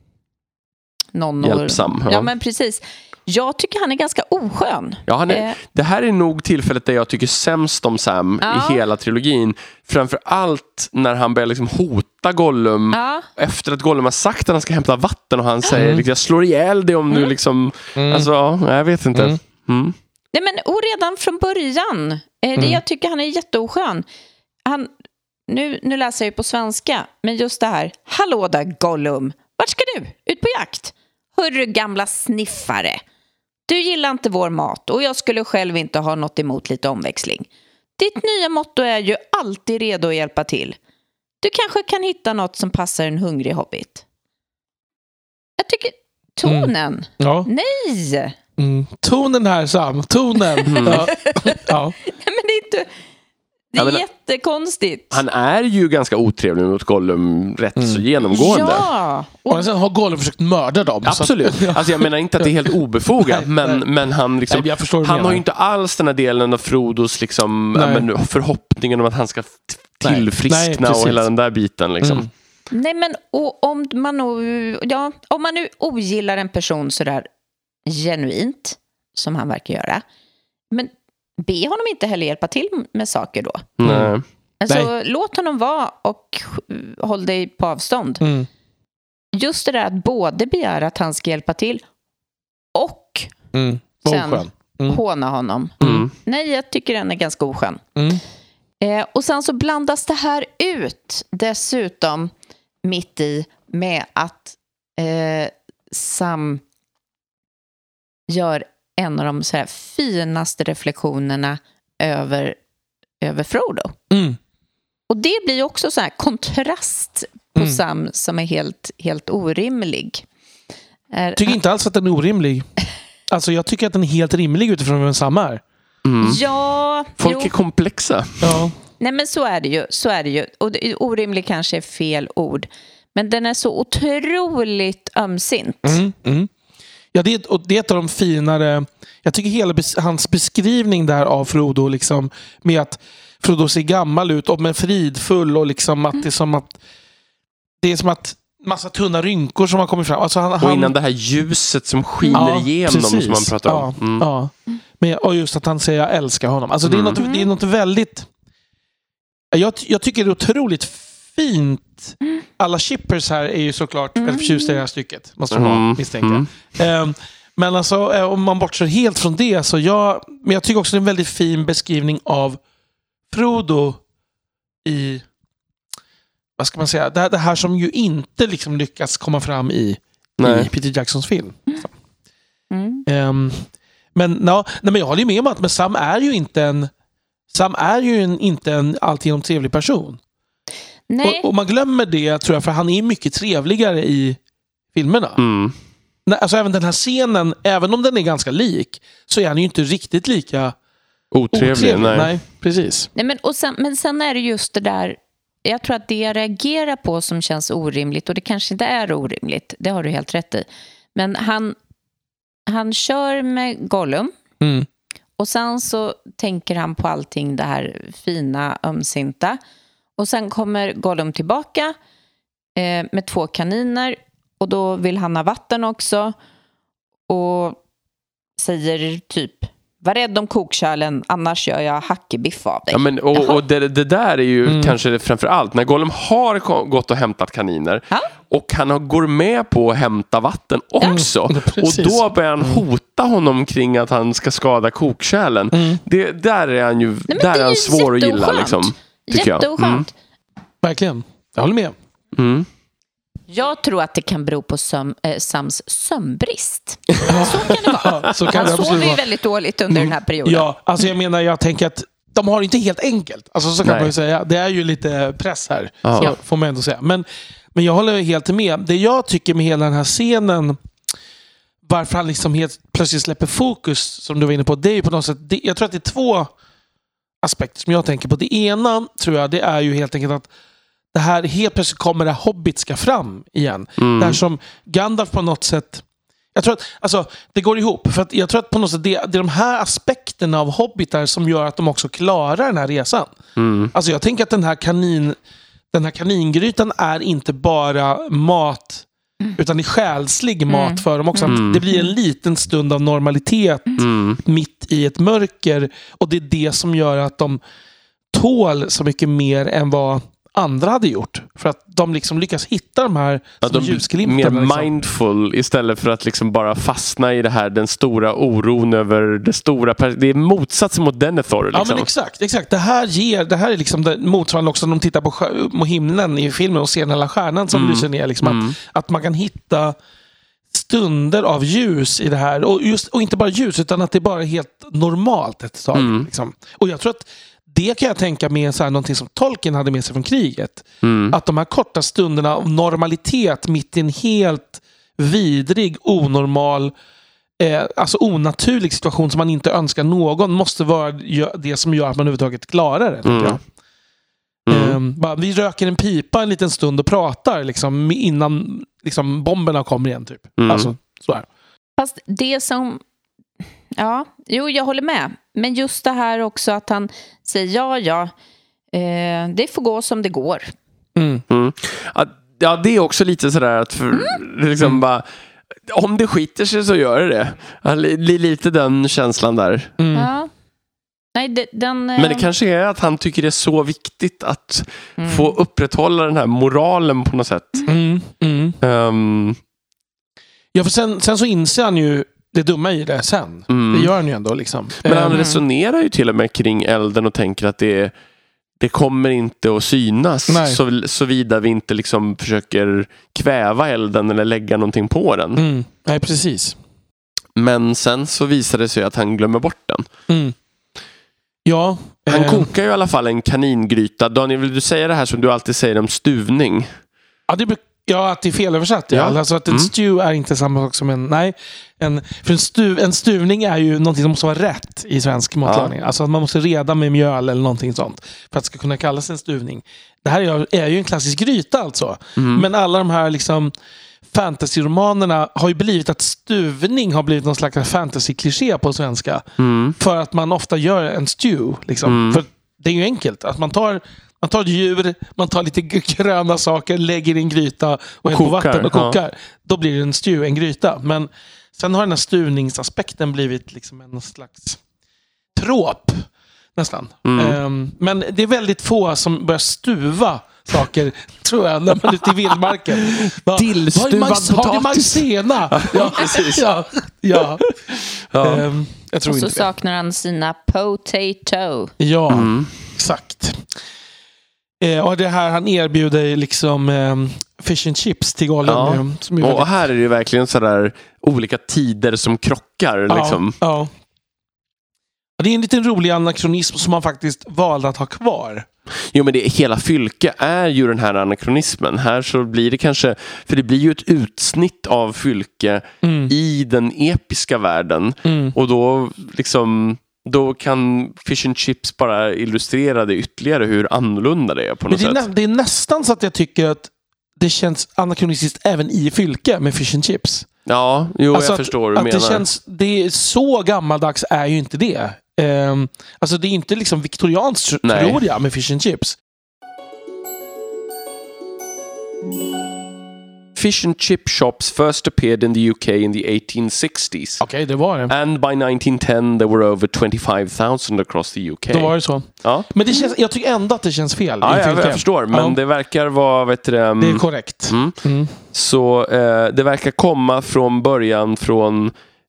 någon Hjälpsam. Ja. Ja. ja, men precis. Jag tycker han är ganska oskön. Ja, han är, Eh. det här är nog tillfället där jag tycker sämst om Sam Ja. i hela trilogin. Framför allt när han börjar liksom hota Gollum Ja. efter att Gollum har sagt att han ska hämta vatten och han säger Mm. liksom, jag slår ihjäl dig om Mm. du liksom... Mm. Alltså, ja, jag vet inte. Mm. Mm. Nej, men och redan från början. Eh, det, Mm. Jag tycker han är jätteoskön. Han, nu, nu läser jag ju på svenska, men just det här. Hallå där Gollum, vart ska du? Ut på jakt? Hörru gamla sniffare. Du gillar inte vår mat och jag skulle själv inte ha något emot lite omväxling. Ditt nya motto är ju alltid redo att hjälpa till. Du kanske kan hitta något som passar en hungrig hobbit. Jag tycker tonen. Ja. Nej! Mm. Tonen här, Sam. Tonen. Mm. Ja. Ja. Men det är inte... Det är Jag menar, jättekonstigt. Han är ju ganska otrevlig mot Gollum rätt så genomgående. Ja. Och sen har Gollum försökt mörda dem. Absolut. Så att, Alltså jag menar inte att det är helt obefogat, Nej, men, nej. men han liksom, Nej, jag förstår vad du han menar. har ju inte alls den här delen av Frodos liksom, Nej. ja, men, förhoppningen om att han ska t- Nej. tillfriskna Nej, och precis. hela den där biten liksom. Mm. Nej, men och, om, man nu, ja, om man nu ogillar en person sådär genuint, som han verkar göra, men be honom inte heller hjälpa till med saker då. Nej. Alltså, låt honom vara och håll dig på avstånd. Mm. Just det där att både begära att han ska hjälpa till och Mm. sen Oskön. Mm. håna honom. Mm. Nej, jag tycker den är ganska oskön. Mm. Eh, och sen så blandas det här ut dessutom mitt i med att eh, Sam gör en av de så här finaste reflektionerna över, över Frodo. Mm. Och det blir ju också så här kontrast på Mm. Sam som är helt, helt orimlig. Är, Jag tycker inte alls att den är orimlig. Alltså jag tycker att den är helt rimlig utifrån vem Sam är. Mm. Ja, Folk jo. är komplexa. Ja. Nej, men så är det ju. Så är det ju. Och det, orimlig kanske är fel ord. Men den är så otroligt ömsint. Mm. Mm. Ja, det är, och det är ett av de finare... Jag tycker hela bes, hans beskrivning där av Frodo liksom, med att Frodo ser gammal ut och men fridfull och liksom att det är som att det är som att massa tunna rynkor som har kommit fram. Alltså han, Och han, innan det här ljuset som skiner Ja, igenom precis. som man pratar om. Ja, Mm. ja. Men, och just att han säger jag älskar honom. Alltså det, är Mm. något, det är något väldigt... Jag, jag tycker det är otroligt fint. Alla chippers här är ju såklart väldigt förtjusta i det här stycket. Måste de Mm. vara, misstänker jag. Mm. Ehm, men alltså, eh, om man bortser helt från det så jag... Men jag tycker också det är en väldigt fin beskrivning av Frodo i... Vad ska man säga? Det här, det här som ju inte liksom lyckas komma fram i, Nej. i Peter Jacksons film. Mm. Um, men, no, nej, men jag håller ju med om att men Sam är ju inte en Sam är ju en, inte en alltigenom trevlig person. Nej. Och, och man glömmer det tror jag för han är mycket trevligare i filmerna. Mm. Nej, alltså även den här scenen, även om den är ganska lik så är han ju inte riktigt lika Otrevlig. otrevlig. Nej. Nej, precis. Nej, men, och sen, men sen är det just det där, jag tror att det jag reagerar på som känns orimligt, och det kanske inte är orimligt, det har du helt rätt i, men han, han kör med Gollum Mm. och sen så tänker han på allting det här fina, ömsinta, och sen kommer Gollum tillbaka eh, med två kaniner och då vill han ha vatten också och säger typ var rädd om kokkärlen, annars gör jag hackebiff av dig. Ja, men, och och det, det där är ju Mm. kanske framför allt när Gollum har ko- gått och hämtat kaniner Ja. och han har, går med på att hämta vatten också. Mm, och precis. då börjar han hota honom kring att han ska skada kokkärlen. Mm. Det, där är han ju Nej, men där det är han ju svår att gilla. jätteoskönt. Liksom, tycker jag. Jätteoskönt. Verkligen. Jag håller med. Mm. Mm. Jag tror att det kan bero på söm, eh, Sams sömnbrist. Så kan det vara. Ja, så kan Han det sover absolut ju vara. väldigt dåligt under den här perioden. Ja, alltså jag menar, jag tänker att de har det inte helt enkelt. Alltså så kan Nej. man ju säga. Det är ju lite press här. Ja. Så får man ändå säga. Men, men jag håller helt med. Det jag tycker med hela den här scenen, varför han liksom helt plötsligt släpper fokus, som du var inne på, det är ju på något sätt, det, jag tror att det är två aspekter som jag tänker på. Det ena tror jag, det är ju helt enkelt att det här helt plötsligt kommer det hobbitska fram igen. Mm. Det här som Gandalf på något sätt, jag tror att alltså, det går ihop. För att jag tror att på något sätt det, det är de här aspekterna av hobbitar som gör att de också klarar den här resan. Mm. Alltså jag tänker att den här kanin den här kaningrytan är inte bara mat, utan det är själslig mat Mm. för dem också. Mm. Det blir en liten stund av normalitet Mm. mitt i ett mörker, och det är det som gör att de tål så mycket mer än vad andra hade gjort. För att de liksom lyckas hitta de här Att små de blir ljusglimtarna. mer liksom. mindful istället för att liksom bara fastna i det här, den stora oron över det stora. per- Det är motsatsen mot Denethor. Liksom. Ja, men exakt, exakt. Det här ger, det här är liksom det motsvarande också när de tittar på, sjö, på himlen i filmen och ser den hela stjärnan som Mm. lyser ner. Liksom, Mm. att, att man kan hitta stunder av ljus i det här. Och, just, och inte bara ljus, utan att det bara är helt normalt ett tag. Mm. Liksom. Och jag tror att det kan jag tänka med så här, någonting som Tolkien hade med sig från kriget. Mm. Att de här korta stunderna av normalitet mitt i en helt vidrig, onormal, eh, alltså onaturlig situation som man inte önskar någon, måste vara gö- det som gör att man överhuvudtaget klarar det. Mm. Tycker jag. Mm. Ehm, bara, vi röker en pipa en liten stund och pratar liksom, innan liksom, bomberna kommer igen. Typ. Mm. Alltså, så här. Fast det som... Ja, jo, jag håller med. Men just det här också att han säger ja, ja, eh, det får gå som det går. Mm. Mm. Ja, ja, det är också lite sådär att för, liksom bara, om det skiter sig så gör det det. Ja, li, li- lite den känslan där. Mm. Ja. Nej, det, den... eh, Men det kanske är att han tycker det är så viktigt att mm. få upprätthålla den här moralen på något sätt. Mm. Mm. Um, Ja, för sen, sen så inser han ju det dumma i det sen. Mm. Det gör han ju ändå. Liksom. men han Ehm, resonerar ju till och med kring elden och tänker att det, det kommer inte att synas Nej. så, såvida vi inte liksom försöker kväva elden eller lägga någonting på den. mm. Nej, precis. Men sen så visar det sig att han glömmer bort den. Mm. Ja. Han ehm, kokar ju i alla fall en kaningryta. Daniel, vill du säga det här som du alltid säger om stuvning? Ja, det, ja, att det är felöversatt. Ja. Ja. Alltså att en Mm. stew är inte samma sak som en... Nej. En, för en, stuv, en stuvning är ju någonting som måste vara rätt i svensk matlagning. Alltså att man måste reda med mjöl eller någonting sånt för att det ska kunna kallas en stuvning. Det här är, är ju en klassisk gryta alltså. Mm. Men alla de här liksom fantasyromanerna har ju blivit att stuvning har blivit någon slags fantasy-kliché på svenska. Mm. För att man ofta gör en stew. Liksom. Mm. För det är ju enkelt. Att man tar, man tar ett djur, man tar lite g- gröna saker, lägger i en gryta och häller på kokar, vatten och ja. kokar. Då blir det en stew, en gryta. Men sen har den här stuvningsaspekten blivit liksom en slags trop. Nästan. Mm. Ehm, men det är väldigt få som börjar stuva saker, tror jag, när man är ute i vildmarken. Bara, Dillstuvad "Har du majs- Har du potatis?" majsena? Ja, precis. Ja, ja. Ja. Ehm, jag tror Och så inte det. saknar han sina potato. Ja, Mm. exakt. Eh, och det här han erbjuder liksom eh, fish and chips till Gollum. Ja. eh, Som är Och väldigt, här är det ju verkligen sådär olika tider som krockar. Liksom. ja, ja. Det är en liten rolig anakronism som man faktiskt valde att ha kvar. Jo, men det, hela Fylke är ju den här anakronismen. Här så blir det kanske, för det blir ju ett utsnitt av Fylke Mm. i den episka världen. Mm. Och då liksom då kan Fish and Chips bara illustrera det ytterligare hur annorlunda det är på Men något det, är sätt. nä, det är nästan så att jag tycker att det känns anakronistiskt även i Fylke med fish and chips. Ja, jo, Alltså jag att, förstår vad du att menar. det känns, det är så gammaldags är ju inte det. Um, alltså det är inte liksom viktorianskt, Nej. tror jag, med fish and chips. fish and chip shops first appeared in the U K in the eighteen sixties. Okej, okay, det var det. And by nineteen ten there were over twenty-five thousand across the U K. Då var det så. Ja. Men det känns, jag tycker ändå att det känns fel. Ja, jag, jag förstår. Men ja. det verkar vara... Vet du, um, det är korrekt. Mm. Mm. Så eh, det verkar komma från början från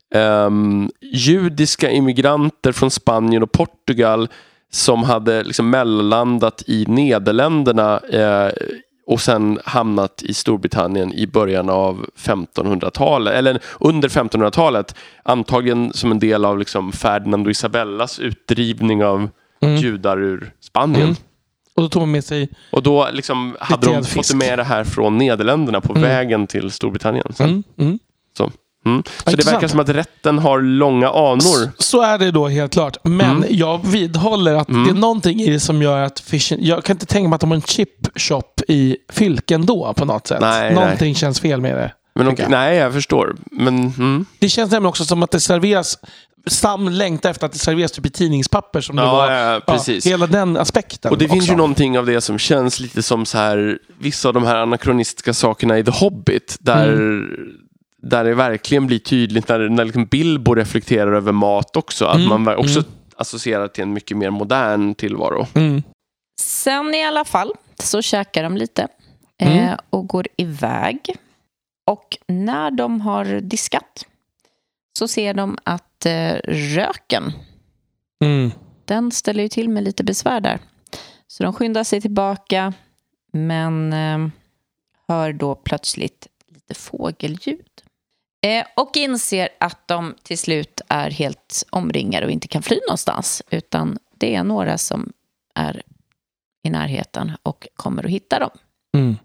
um, judiska immigranter från Spanien och Portugal som hade liksom mellanlandat i Nederländerna eh, och sen hamnat i Storbritannien i början av femtonhundratalet, eller under femtonhundratalet, antagligen som en del av liksom Ferdinand och Isabellas utdrivning av mm. judar ur Spanien. Mm. Och då tog man med sig... Och då liksom hade de fått med det här från Nederländerna på mm. vägen till Storbritannien. Mm. Mm. Så, mm. så det verkar som att rätten har långa anor. Så, så är det då helt klart. Men mm. jag vidhåller att mm. det är någonting i det som gör att fishen... Jag kan inte tänka mig att de har en chip shop i Fylken då på något sätt. Nej, någonting nej. känns fel med det. Men de, nej, jag förstår. Men, mm. Det känns nämligen också som att det serveras... Sam längtar efter att det serveras typ i tidningspapper som ja, det var. Ja, precis. Ja, hela den aspekten. Och det också. Finns ju någonting av det som känns lite som så här, vissa av de här anakronistiska sakerna i The Hobbit där, mm. där det verkligen blir tydligt när, när liksom Bilbo reflekterar över mat också. Att mm. man också mm. associerar till en mycket mer modern tillvaro. Mm. Sen i alla fall så käkar de lite mm. eh, och går iväg. Och när de har diskat så ser de att eh, röken, mm. den ställer ju till med lite besvär där. Så de skyndar sig tillbaka, men eh, hör då plötsligt lite fågelljud. Eh, och inser att de till slut är helt omringade och inte kan fly någonstans. Utan det är några som är i närheten och kommer att hitta dem. Mm.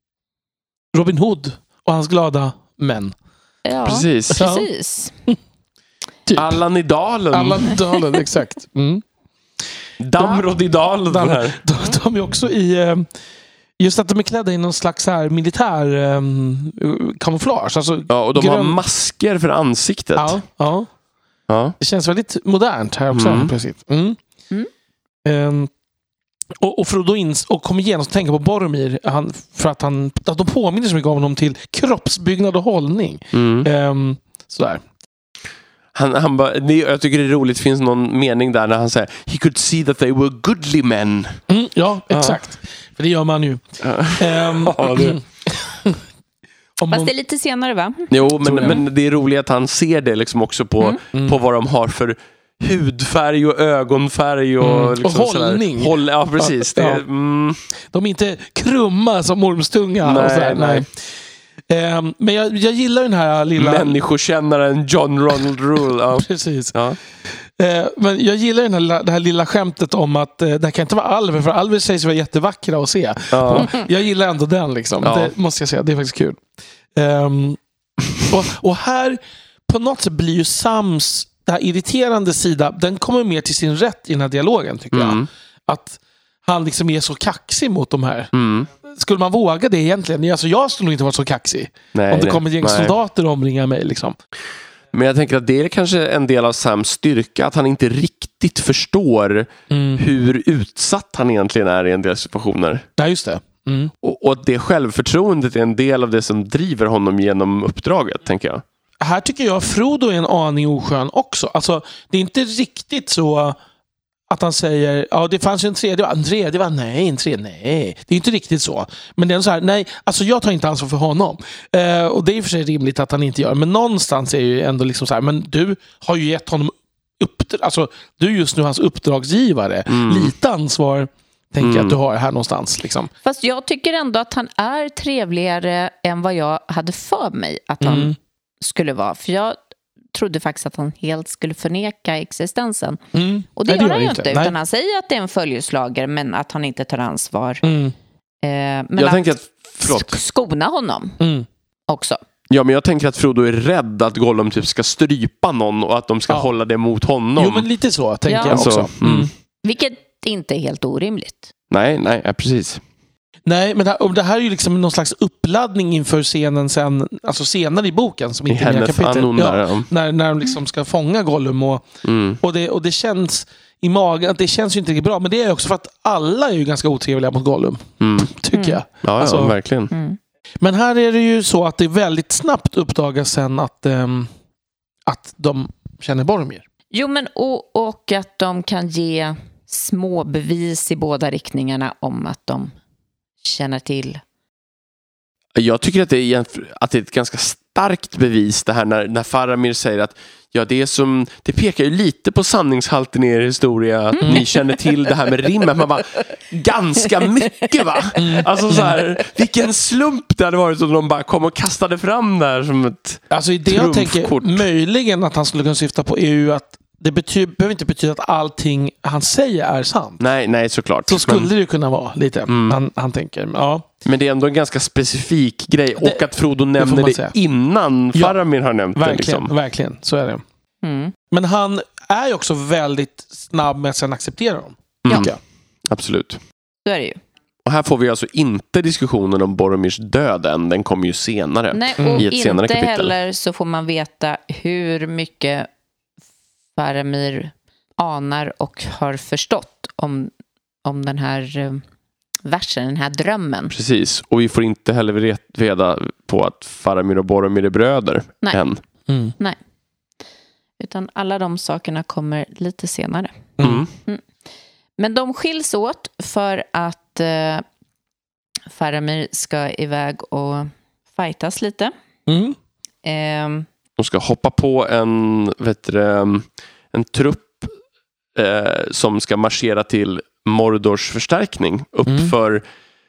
Robin Hood och hans glada män. Ja, precis. precis. Typ. Allan i dalen. Allan i dalen, exakt. Mm. Damrod i dalen. De, de, de, de är också i... Just att de är klädda i någon slags här militär um, kamouflage. Alltså, ja, och de grön... har masker för ansiktet. Ja, ja. ja. Det känns väldigt modernt här också. Mm. Precis. Mm. Mm. Um, och, och Frodo ins och kommer igenom och tänka på Boromir han, för att, han, att de påminner så mycket av honom till kroppsbyggnad och hållning. Mm. Um, sådär. Han, han ba, det, jag tycker det är roligt, finns någon mening där när han säger he could see that they were goodly men. Mm, ja, exakt. Ja. För det gör man ju. Ja. Um, ja, det. Fast det är lite senare, va? Jo, men, men det är roligt att han ser det liksom också på, mm. Mm. på vad de har för hudfärg och ögonfärg och, mm. liksom och hållning. Håll, ja, precis. Ja, det, ja. Mm. De är inte krumma som ormstunga. Nej, och sådär, nej. nej. Um, men jag, jag gillar den här lilla... Människokännaren John Ronald Rule. Ja. Precis. Ja. Uh, men jag gillar den här, det här lilla skämtet om att uh, det här kan inte vara alver, för alver sägs vara jättevackra att se. Ja. Jag gillar ändå den liksom. Ja. Det måste jag säga, det är faktiskt kul. Um, och, och här på något sätt blir ju Sams den här irriterande sida, den kommer mer till sin rätt i den här dialogen, tycker mm. jag. Att han liksom är så kaxig mot de här. Mm. Skulle man våga det egentligen? Alltså jag skulle nog inte vara så kaxig. Nej, om det nej, kommer ett gäng nej. soldater och omringar mig. Liksom. Men jag tänker att det är kanske en del av Sams styrka, att han inte riktigt förstår mm. hur utsatt han egentligen är i en del situationer. Nej, just det. Mm. Och, och att det självförtroendet är en del av det som driver honom genom uppdraget, tänker jag. Här tycker jag Frodo är en aning oskön också. Alltså, det är inte riktigt så att han säger, ja det fanns ju en tredje, en tredje var nej, en tredje, nej. Det är inte riktigt så. Men det är så här, nej, alltså jag tar inte ansvar för honom. Eh, och det är i och för sig rimligt att han inte gör. Men någonstans är ju ändå liksom så här, men du har ju gett honom uppdrag, alltså du är just nu hans uppdragsgivare. Mm. Lite ansvar tänker mm. jag att du har här någonstans. Liksom. Fast jag tycker ändå att han är trevligare än vad jag hade för mig att han mm. skulle vara. För jag trodde faktiskt att han helt skulle förneka existensen. Mm. Och det, Nej, det gör han ju inte. inte utan han säger att det är en följeslagare, men att han inte tar ansvar. Mm. Eh, men jag att, tänker att förlåt. skona honom mm. också. Ja, men jag tänker att Frodo är rädd att Gollum typ ska strypa någon och att de ska ja. hålla det mot honom. Jo, men lite så tänker ja. jag också. Alltså, mm. Mm. Vilket inte är helt orimligt. Nej, nej, ja, precis. Nej, men det här, det här är ju liksom någon slags uppladdning inför scenen sen, alltså senare i boken som inte är mer kapitel. Ja, när, när de liksom ska fånga Gollum och, mm. och, det, och det känns i magen, det känns ju inte riktigt bra, men det är också för att alla är ju ganska otrevliga mot Gollum. Mm. Tycker jag. Ja, alltså, ja verkligen. Mm. Men här är det ju så att det väldigt snabbt uppdagas sen att, um, att de känner Boromir. Jo, men och, och att de kan ge små bevis i båda riktningarna om att de känner till. Jag tycker att det är, att det är ett ganska starkt bevis det här när, när Faramir säger att ja, det är som, det pekar ju lite på sanningshalten i er historia att mm. ni känner till det här med rimmet. Man bara, ganska mycket va? Alltså så här, vilken slump det hade varit om de bara kom och kastade fram där som ett alltså det jag tänker möjligen att han skulle kunna syfta på är ju att det betyder, behöver inte betyda att allting han säger är sant. Nej, nej såklart. Så skulle men, det ju kunna vara lite, mm. han, han tänker. Ja. Men det är ändå en ganska specifik grej det, och att Frodo nämner det, det innan Faramir ja, har nämnt verkligen, det. Liksom. Verkligen, så är det. Mm. Men han är ju också väldigt snabb med att sen acceptera dem. Mm. Ja, absolut. Så är det ju. Och här får vi alltså inte diskussionen om Boromirs död än. Den kommer ju senare. Nej, och i ett inte senare kapitel. Heller så får man veta hur mycket Faramir anar och har förstått om, om den här uh, versen, den här drömmen. Precis, och vi får inte heller veta på att Faramir och Boromir är bröder Nej. än. Mm. Nej. Utan alla de sakerna kommer lite senare. Mm. Mm. Men de skiljs åt för att uh, Faramir ska iväg och fightas lite. Mm. Um, de ska hoppa på en, vet du, en trupp eh, som ska marschera till Mordors förstärkning upp mm. för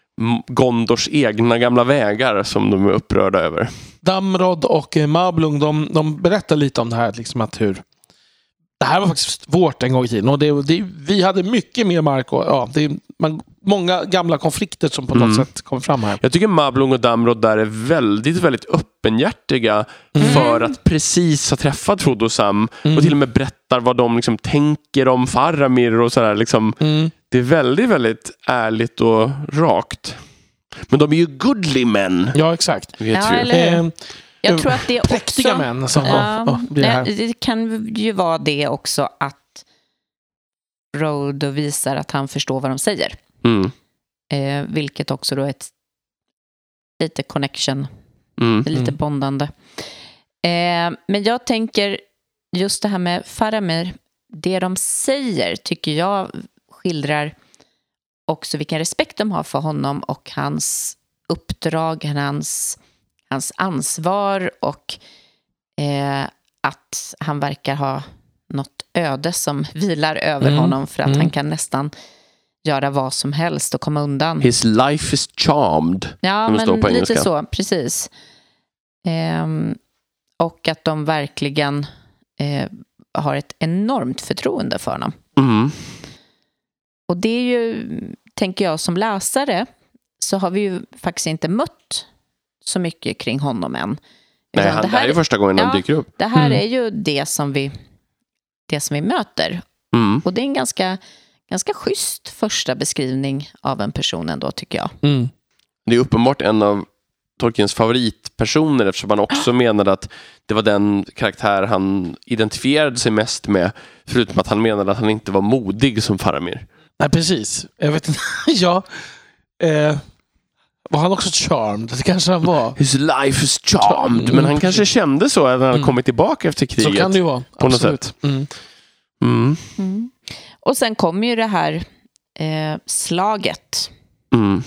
Gondors egna gamla vägar som de är upprörda över. Damrod och Mablung, de, de berättar lite om det här, liksom att hur det här var faktiskt vårt en gång i tiden och det, det, vi hade mycket mer mark och ja, det är man, många gamla konflikter som på något mm. sätt kom fram här. Jag tycker Mablung och Damrod där är väldigt, väldigt öppenhjärtiga mm. för att precis ha träffat Frodo och Sam mm. och till och med berättar vad de liksom tänker om Faramir och sådär. Liksom. Mm. Det är väldigt, väldigt ärligt och rakt. Men de är ju goodly män. Ja, exakt. Vet ja, vi. eller hur? Jag tror att det också... Präktiga män som ja, oh, det, här. det kan ju vara det också att Frodo visar att han förstår vad de säger. Mm. Eh, vilket också då är ett lite connection. Mm. Lite mm. bondande. Eh, men jag tänker just det här med Faramir. Det de säger tycker jag skildrar också vilken respekt de har för honom och hans uppdrag, hans, hans ansvar och eh, att han verkar ha något öde som vilar över mm. honom för att mm. han kan nästan göra vad som helst och komma undan. His life is charmed. Ja, men lite så, precis. Ehm, och att de verkligen eh, har ett enormt förtroende för honom. Mm. Och det är ju, tänker jag som läsare, så har vi ju faktiskt inte mött så mycket kring honom än. Nej, han, det här är första gången ja, han dyker upp. Det här mm. är ju det som vi, det som vi möter. Mm. Och det är en ganska, ganska schysst första beskrivning av en person ändå, tycker jag. Mm. Det är uppenbart en av Tolkiens favoritpersoner eftersom han också menade att det var den karaktär han identifierade sig mest med, förutom att han menade att han inte var modig som Faramir. Nej, precis. Jag vet inte. ja. Eh, var han också charmed? Det kanske han var. His life is charmed. Mm. Men han kanske kände så att han hade mm. kommit tillbaka efter kriget. Så kan det ju vara. På Absolut. något sätt. Mm. Mm. Mm. Och sen kommer ju det här eh, slaget. Mm.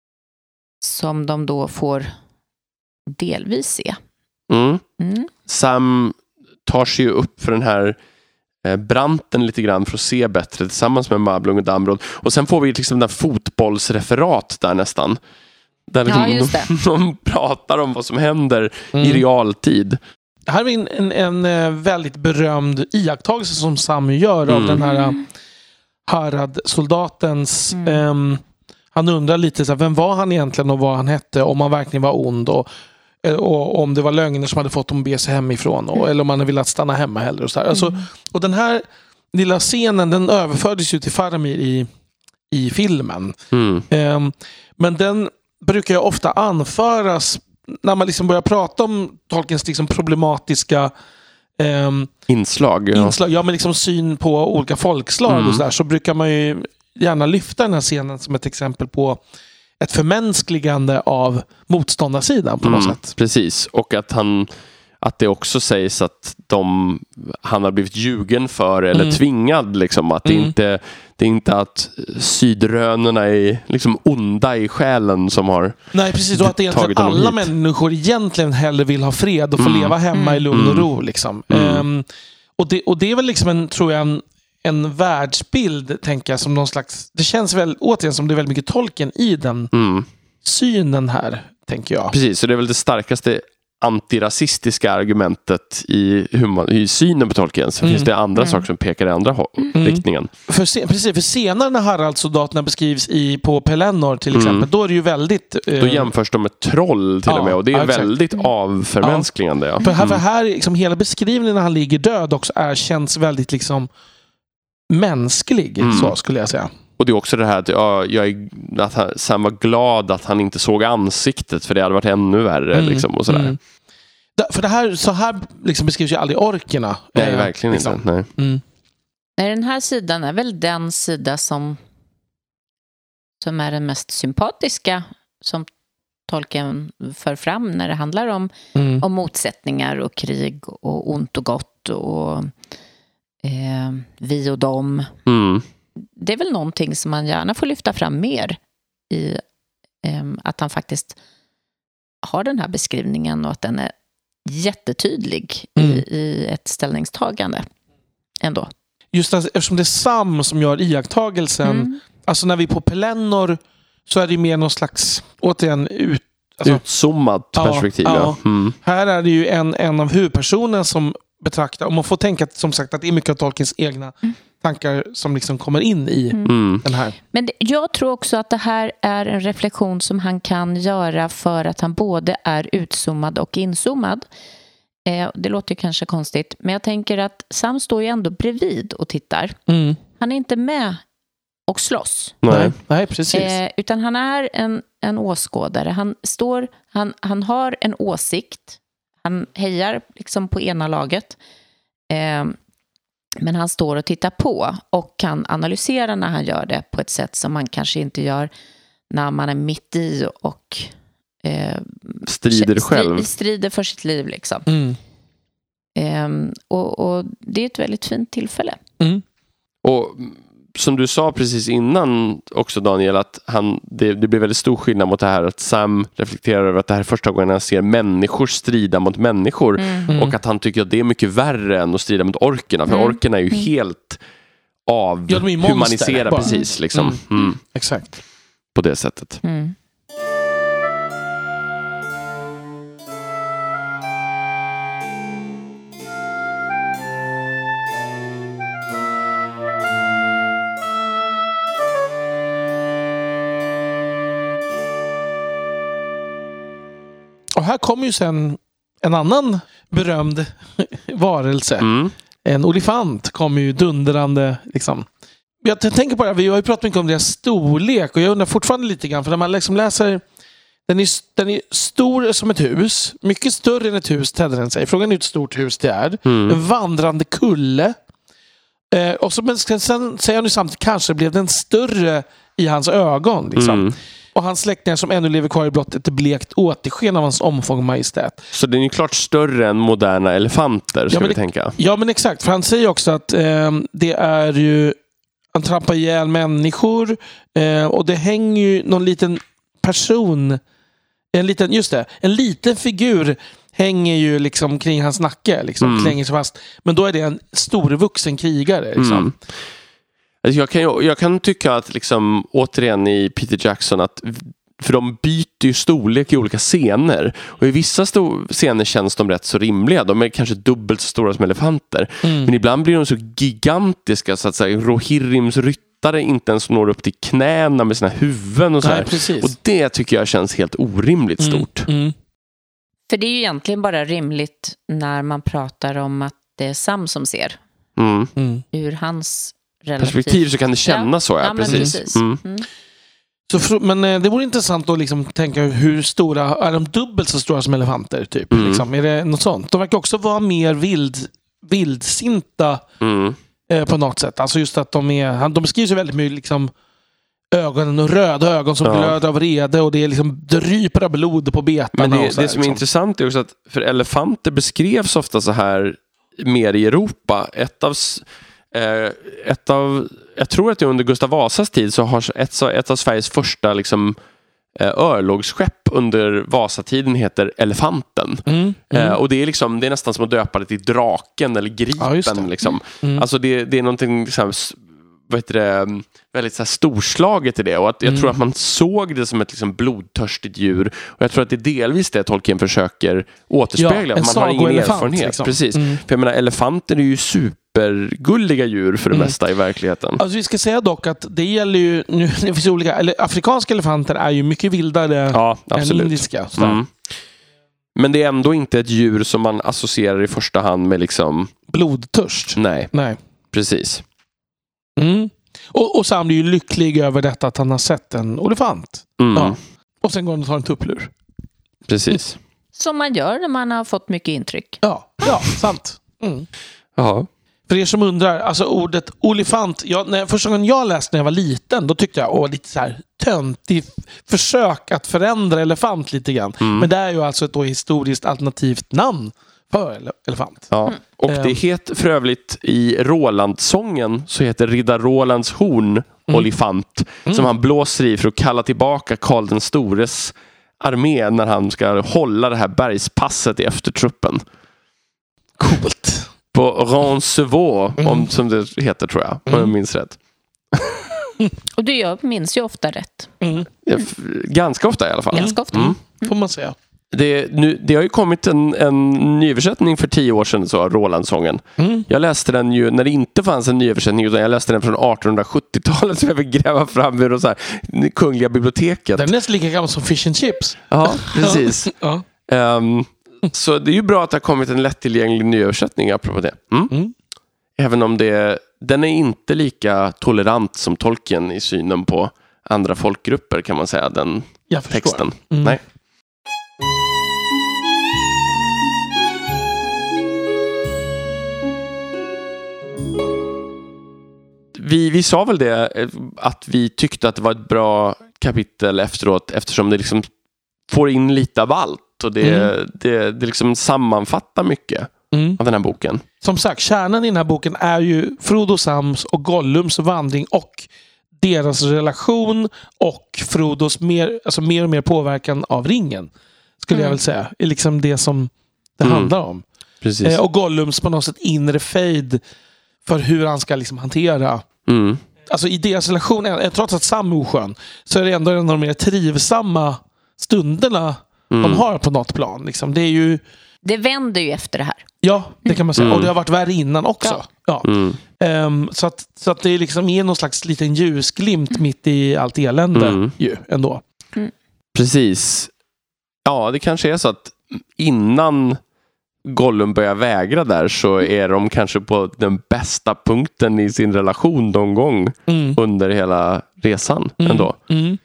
Som de då får delvis se. Mm. Mm. Sam tar sig ju upp för den här eh, branten lite grann för att se bättre tillsammans med Mablung och Damrod. Och sen får vi liksom den fotbollsreferat där nästan. Där ja, liksom de, de pratar om vad som händer mm. i realtid. Det här är en, en, en väldigt berömd iakttagelse som Sam gör av mm. den här Harad-soldatens... Mm. Um, han undrar lite så här, vem var han egentligen och vad han hette, om han verkligen var ond och, och om det var lögner som hade fått dem att be sig hemifrån och, eller om han ville stanna hemma heller. Och, så här. Alltså, mm. och den här lilla scenen, den överfördes ju till Faramir i, i filmen. Mm. Um, men den brukar ju ofta anföras när man liksom börjar prata om Tolkiens liksom problematiska um, inslag, ja. inslag. Ja, men liksom syn på olika folkslag mm. och så där, så brukar man ju gärna lyfta den här scenen som ett exempel på ett förmänskligande av motståndarsidan på något mm, sätt. Precis, och att han att det också sägs att de, han har blivit ljugen för eller Mm. tvingad liksom, att det Mm. inte det är inte att sydrönerna är liksom onda i själen som har Nej, precis. Och att egentligen tagit honom alla hit. människor egentligen hellre vill ha fred och få Mm. leva hemma i lugn och Mm. ro. Liksom. Mm. Ehm, och, det, och det är väl liksom en, tror jag, en, en världsbild, tänker jag, som någon slags... Det känns väl, återigen, som det är väldigt mycket Tolkien i den mm. synen här, tänker jag. Precis, så det är väl det starkaste antirasistiska argumentet i, human, i synen på Tolkien. Så Mm. finns det andra Mm. saker som pekar i andra mm. riktningen. För, se, precis, för senare när Haraldssoldaterna beskrivs i, på Pelennor till exempel, Mm. då är det ju väldigt... eh, Då jämförs de med troll till Ja, och med. Och det är ja, exakt. väldigt avförmänskligande. Ja. För här, för Mm. här liksom, hela beskrivningen när han ligger död också är, känns väldigt liksom mänsklig, Mm. så skulle jag säga. Och det är också det här att, ja, jag är, att han, Sam var glad att han inte såg ansiktet, för det hade varit ännu värre. Mm. Liksom, och sådär. Mm. Da, för det här, så här liksom beskrivs ju aldrig orkerna. Nej, eh, verkligen liksom. inte. Nej. Mm. Nej, den här sidan är väl den sida som, som är den mest sympatiska som Tolkien för fram när det handlar om, Mm. om motsättningar och krig och ont och gott och eh, vi och dem. Mm. Det är väl någonting som man gärna får lyfta fram mer i eh, att han faktiskt har den här beskrivningen och att den är jättetydlig Mm. i, i ett ställningstagande ändå. Just alltså, eftersom det är Sam som gör iakttagelsen, Mm. alltså när vi är på Pelennor så är det mer någon slags, återigen, ut, alltså, Utzoomat Ja, perspektiv. ja. Ja. Mm. här är det ju en, en av huvudpersonerna som betraktar, och man får tänka att, som sagt, att det är mycket av Tolkiens egna Mm. tankar som liksom kommer in i Mm. den här. Men det, jag tror också att det här är en reflektion som han kan göra för att han både är utzoomad och inzoomad. Eh, det låter ju kanske konstigt, men jag tänker att Sam står ju ändå bredvid och tittar. Mm. Han är inte med och slåss. Nej. Nej, nej, precis. Eh, utan han är en, en åskådare. Han, står, han, han har en åsikt. Han hejar liksom på ena laget. Eh, men han står och tittar på och kan analysera när han gör det på ett sätt som man kanske inte gör när man är mitt i och eh, Strider själv. stri, strider för sitt liv. Liksom. Mm. Eh, och, och det är ett väldigt fint tillfälle. Mm. Och som du sa precis innan också, Daniel, att han, det, det blir väldigt stor skillnad mot det här att Sam reflekterar över att det här är första gången han ser människor strida mot människor Mm. och att han tycker att det är mycket värre än att strida mot orkerna, för Mm. orkerna är ju helt av Ja, de är ju monster, humanisera bara. precis liksom. Mm. Mm. Exakt. På det sättet. Mm. Och här kommer ju sen en annan berömd varelse. Mm. En olifant kommer ju dundrande liksom. Jag t- tänker på det här, vi har ju pratat mycket om deras storlek och jag undrar fortfarande lite grann, för när man liksom läser, den är, den är stor som ett hus, mycket större än ett hus tädde den sig. Frågan är hur ett stort hus det är. Mm. En vandrande kulle. Eh, och så, men sen säger han ju samtidigt, kanske blev den större i hans ögon. Liksom. Mm. Och hans släktingar som ännu lever kvar i blott ett blekt återsken av hans omfång och majestät. Så den är ju klart större än moderna elefanter, ska men vi det- tänka. Ja, men exakt. För han säger också att eh, det är ju, han trampar ihjäl människor eh, och det hänger ju någon liten person, en liten, just det, en liten figur hänger ju liksom kring hans nacke, liksom, Mm. klänger sig fast. Men då är det en storvuxen krigare. Liksom. Mm. Alltså jag, kan, ju- jag kan tycka att liksom, återigen i Peter Jackson, att för de byter ju storlek i olika scener. Och i vissa sto- scener känns de rätt så rimliga. De är kanske dubbelt så stora som elefanter. Mm. Men ibland blir de så gigantiska så att säga, Rohirrims ryttare inte ens når upp till knäna med sina huvuden och så Nej, här. precis. Och det tycker jag känns helt orimligt stort. Mm. Mm. För det är ju egentligen bara rimligt när man pratar om att det är Sam som ser Mm. Mm. ur hans relativ Perspektiv så kan det kännas så, ja, ja men precis. precis. Mm. Mm. Så för, men eh, det vore intressant att liksom tänka hur stora, är de dubbelt så stora som elefanter? Typ, Mm. liksom? Är det något sånt? De verkar också vara mer vild, vildsinta Mm. eh, på något sätt. Alltså just att de är, han- de beskrivs ju väldigt mycket liksom, ögonen och röda ögon som ja. glöder av vrede och det är liksom dryper av blod på betarna. Men det, och så det här, som liksom. är intressant är också att för elefanter beskrevs ofta så här mer i Europa. Ett av, eh, ett av jag tror att det under Gustav Vasas tid så har ett, ett av Sveriges första liksom örlogsskepp under Vasatiden heter Elefanten. Mm, mm. Eh, och det är liksom det är nästan som att döpa det till draken eller gripen ja, liksom. Mm. Alltså det, det är någonting så här, vad heter det, väldigt så här storslaget i det och att jag mm. tror att man såg det som ett liksom blodtörstigt djur och jag tror att det är delvis det Tolkien försöker återspegla, ja, att man har ingen erfarenhet. Liksom. Precis. Mm. För jag menar, elefanter är ju supergulliga djur för det mm. mesta i verkligheten. Alltså vi ska säga dock att det gäller ju, nu det finns olika, eller afrikanska elefanter är ju mycket vildare ja, än indiska. Mm. Men det är ändå inte ett djur som man associerar i första hand med liksom blodtörst. Nej, Nej. Precis. Mm. Och, och Sam är ju lycklig över detta att han har sett en olifant. Mm. Ja. Och sen går han och tar en tupplur. Precis. Mm. Som man gör när man har fått mycket intryck. Ja, ja sant. Mm. Jaha. För er som undrar, alltså ordet olifant, jag, när, första gången jag läste när jag var liten, då tyckte jag, åh, lite så här töntigt försök att förändra elefant lite grann. Mm. Men det är ju alltså ett då historiskt alternativt namn för elefant. Ja. Och det heter för övrigt i Rolandsången så heter Riddar Rolands horn mm. olifant mm. som han blåser i för att kalla tillbaka Karl den stores armé när han ska hålla det här bergspasset i eftertruppen. Coolt. På Roncevaux, mm. om som det heter tror jag, om mm. jag minns rätt. Och du jag minns ju ofta rätt. Mm. Ja, ganska ofta i alla fall. Ganska ofta. Mm. Får man säga. Det, nu, det har ju kommit en, en nyöversättning för tio år sedan så av Rolandsången. Mm. Jag läste den ju när det inte fanns en nyöversättning utan jag läste den från artonhundrasjuttiotalet så jag fick gräva fram ur så här, Kungliga biblioteket. Den är nästan lika gammal som Fish and Chips. Ja, precis. ja. Um, så det är ju bra att det har kommit en lättillgänglig nyöversättning apropå det. Mm. Mm. Även om det, den är inte lika tolerant som Tolkien i synen på andra folkgrupper kan man säga, den texten. Mm. Nej. Vi, vi sa väl det att vi tyckte att det var ett bra kapitel efteråt eftersom det liksom får in lite av allt och det, mm. det, det liksom sammanfattar mycket mm. av den här boken. Som sagt, kärnan i den här boken är ju Frodo, Sams och Gollums vandring och deras relation och Frodos mer, alltså mer och mer påverkan av ringen skulle mm. jag väl säga. Är liksom det som det mm. handlar om. Precis. Eh, och Gollums på något sätt inre fejd för hur han ska liksom hantera mm. alltså i deras relation, trots att Sam är oskön så är det ändå en av de mer trivsamma stunderna mm. de har på något plan. Liksom. Det är ju... Det vänder ju efter det här. Ja, det kan man säga. Mm. Och det har varit värre innan också. Ja. Ja. Mm. Um, så, att, så att det är liksom är någon slags liten ljusglimt mm. mitt i allt elände mm. ju ändå. Mm. Precis. Ja, det kanske är så att innan Gollum börjar vägra där så är de kanske på den bästa punkten i sin relation någon gång mm. under hela resan mm. ändå. Mm.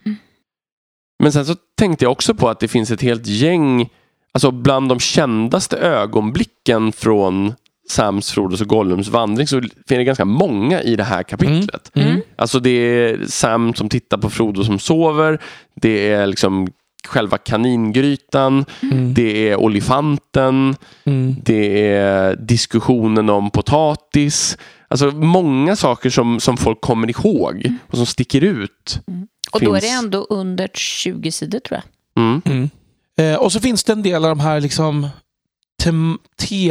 Men sen så tänkte jag också på att det finns ett helt gäng, alltså bland de kändaste ögonblicken från Sams, Frodos och Gollums vandring så finns det ganska många i det här kapitlet. Mm. Mm. Alltså det är Sam som tittar på Frodo som sover, det är liksom själva kaningrytan, mm. det är olifanten, mm. det är diskussionen om potatis. Alltså många saker som, som folk kommer ihåg och som sticker ut. Mm. Och finns... då är det ändå under tjugo sidor tror jag. Mm. Mm. Eh, och så finns det en del av de här liksom tem-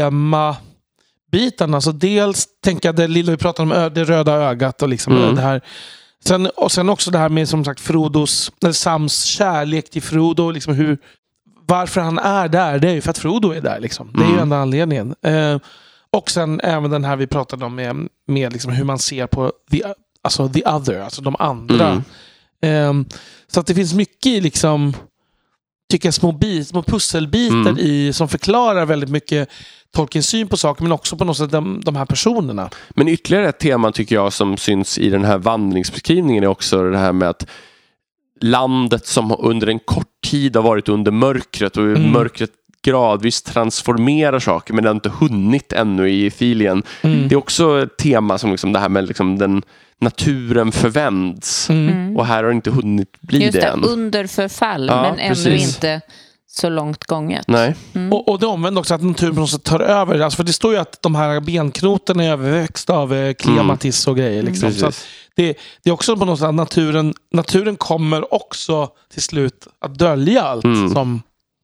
tema-bitarna. Alltså dels tänker jag det lilla vi pratar om, ö- det röda ögat och liksom mm. det här. Sen, och sen också det här med som sagt Frodos, eller Sams kärlek till Frodo, liksom hur, varför han är där, det är ju för att Frodo är där liksom. Det är mm. ju enda anledningen. Eh, och sen även den här vi pratade om med, med liksom hur man ser på the, alltså the other, alltså de andra. Mm. Eh, så att det finns mycket liksom, tycker jag, små, bit, små pusselbitar mm. i, som förklarar väldigt mycket Tolkiens syn på saker men också på något sätt de, de här personerna. Men ytterligare ett tema tycker jag som syns i den här vandringsbeskrivningen är också det här med att landet som under en kort tid har varit under mörkret och mm. mörkret gradvis transformerar saker, men det har inte hunnit ännu i Ithilien. Mm. Det är också ett tema som liksom det här med liksom den naturen förvänds. Mm. Och här har det inte hunnit bli Just det, det än. Under förfall, ja, men precis. Ännu inte så långt gånget. Nej. Mm. Och, och det omvänder också att naturen på något sätt tar över. Alltså för det står ju att de här benknotorna är överväxt av eh, klematis och grejer. Liksom. Mm. Så att det, det är också på något sätt att naturen, naturen kommer också till slut att dölja allt mm. som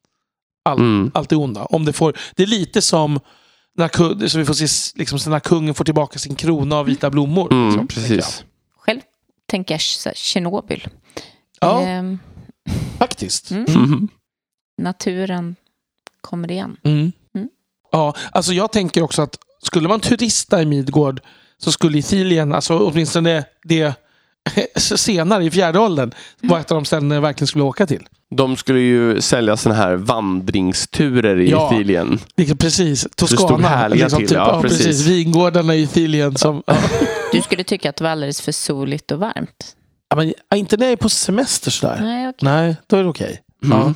all, mm. allt är onda. Om det, får, det är lite som när, så vi får se liksom, när kungen får tillbaka sin krona av vita blommor. Mm, liksom, precis. Själv tänker jag Tjernobyl. Ja, ehm. faktiskt. Mm. Mm. Naturen kommer igen. Mm. Mm. Ja, alltså jag tänker också att skulle man turista i Midgård så skulle Ithilien, alltså åtminstone det senare i fjärde åldern, var ett av de ställen jag verkligen skulle åka till. De skulle ju sälja såna här vandringsturer i ja, Ithilien. Liksom precis. Toscana. Liksom, typ, ja, ja, precis. precis. Vingårdarna i Ithilien. Som, ja. Du skulle tycka att det var alldeles för soligt och varmt? Ja, men, inte när jag är på semester sådär. Nej, okay. Nej, då är det okej. Okay. Mm.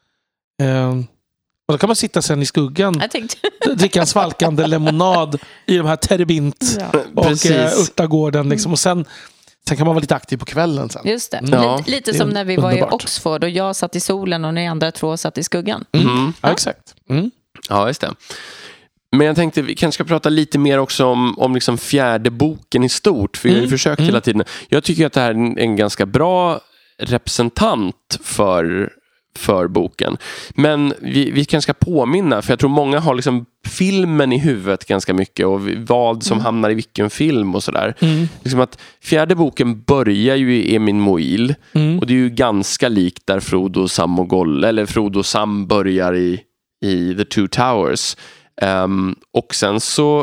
Ja. Ehm. Och då kan man sitta sen i skuggan, dricka en svalkande lemonad i de här terebint ja. och uh, örtagården. Liksom. Och sen, sen kan man vara lite aktiv på kvällen. Sen. Just det. Mm. Ja. Lite, lite som när vi var underbart. I Oxford och jag satt i solen och ni andra två satt i skuggan. Mm. Mm. Ja, exakt. Mm. Ja, just det. Men jag tänkte vi kanske ska prata lite mer också om, om liksom fjärde boken i stort. För vi har ju försökt hela tiden. Jag tycker att det här är en ganska bra representant för... för boken. Men vi, vi kanske ska påminna, för jag tror många har liksom filmen i huvudet ganska mycket och vad som mm. hamnar i vilken film och sådär. Mm. Liksom att fjärde boken börjar ju i Emin Moil mm. och det är ju ganska likt där Frodo, Sam och Goll, eller Frodo och Sam börjar i, i The Two Towers. Um, och sen så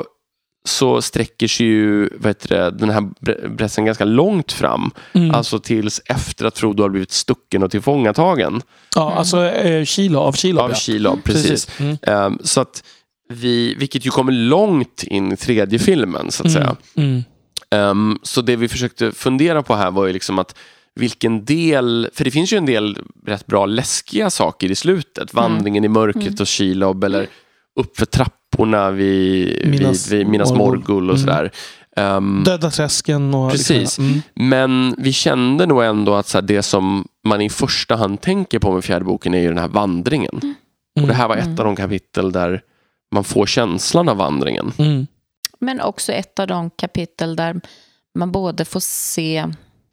så sträcker sig ju vad heter det, den här berättelsen ganska långt fram. Mm. Alltså tills efter att Frodo har blivit stucken och tillfångatagen. Ja, mm. alltså eh, Shelob, av Shelob. Av Shelob, precis. precis. Mm. Um, så att vi, vilket ju kommer långt in i tredje filmen, så att mm. säga. Mm. Um, så det vi försökte fundera på här var ju liksom att vilken del, för det finns ju en del rätt bra läskiga saker i slutet. Mm. Vandringen i mörkret mm. och Shelob, eller upp för trapporna vid Minas, vid, vid Minas Morgul och sådär. Mm. Um, Döda träsken och precis. Liksom. Mm. Men vi kände nog ändå att så här, det som man i första hand tänker på med fjärde boken är ju den här vandringen. Mm. Och det här var ett mm. av de kapitel där man får känslan av vandringen. Mm. Men också ett av de kapitel där man både får se,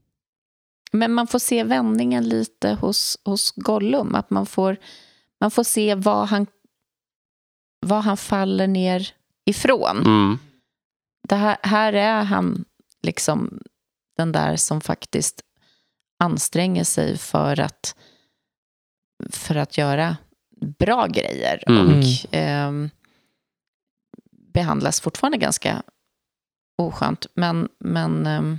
men man får se vändningen lite hos, hos Gollum. Att man får, man får se vad han vad han faller ner ifrån. Mm. Det här, här är han liksom den där som faktiskt anstränger sig för att för att göra bra grejer mm. och eh, behandlas fortfarande ganska oskönt, men, men eh,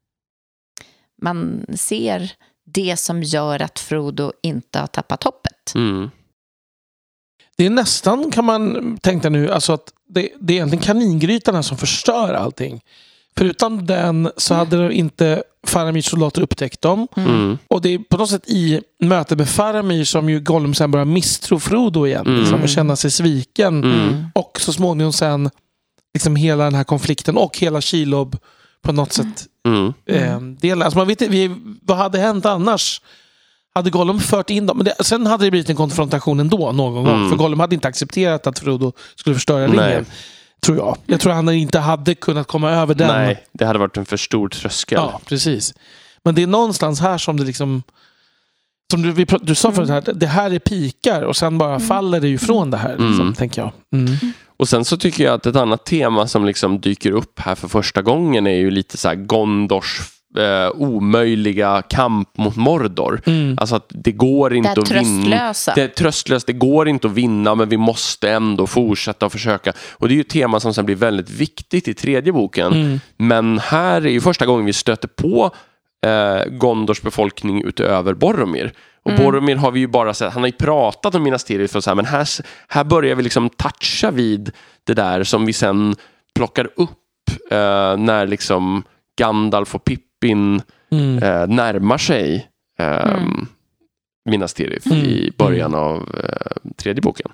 man ser det som gör att Frodo inte har tappat hoppet. Mm. Det är nästan, kan man tänka nu, alltså att det, det är egentligen kaningrytarna som förstör allting. Förutom den så hade mm. inte Faramir's soldater upptäckt dem. Mm. Och det är på något sätt i mötet med Faramir som ju Gollum sen börjar misstro Frodo igen. Mm. Liksom, och känna sig sviken. Mm. Och så småningom sen liksom hela den här konflikten och hela Shelob på något mm. sätt mm. eh, del. Alltså man vet inte, vi, vad hade hänt annars? Hade Gollum fört in dem? Men det, sen hade det blivit en konfrontation ändå någon gång. Mm. För Gollum hade inte accepterat att Frodo skulle förstöra ringen. Tror jag. Jag tror han inte hade kunnat komma över den. Nej, det hade varit en för stor tröskel. Ja, precis. Men det är någonstans här som det liksom... Som du, vi, du sa förut här, det här är pikar och sen bara mm. faller det ju från det här, liksom, mm. tänker jag. Mm. Och sen så tycker jag att ett annat tema som liksom dyker upp här för första gången är ju lite så här Gondors eh, omöjliga kamp mot Mordor. Mm. Alltså att det går inte det att vinna. Det är tröstlöst, det går inte att vinna, men vi måste ändå fortsätta och försöka. Och det är ju ett tema som sen blir väldigt viktigt i tredje boken. Mm. Men här är ju första gången vi stöter på eh, Gondors befolkning utöver Boromir. Och mm. Boromir har vi ju bara sett, han har ju pratat om Minas Tirith och så här, men här, här börjar vi liksom toucha vid det där som vi sen plockar upp eh, när liksom Gandalf och Pippin mm. eh, närmar sig eh, mm. Minas Tirith mm. i början av eh, tredje boken.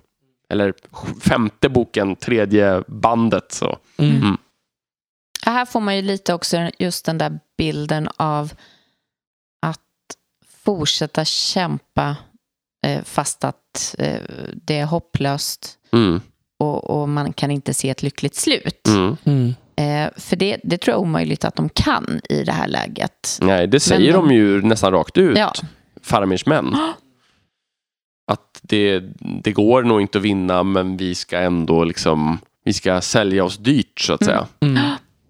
eller femte boken, tredje bandet. Så. Mm. Mm. Här får man ju lite också just den där bilden av att fortsätta kämpa eh, fast att eh, det är hopplöst Mm. och, och man kan inte se ett lyckligt slut. Mm. Mm. Eh, för det, det tror jag är omöjligt att de kan i det här läget. Nej, det säger Men de ju nästan rakt ut. Ja. Faramirs män. Att det, det går nog inte att vinna, men vi ska ändå liksom, vi ska sälja oss dyrt så att säga. Mm.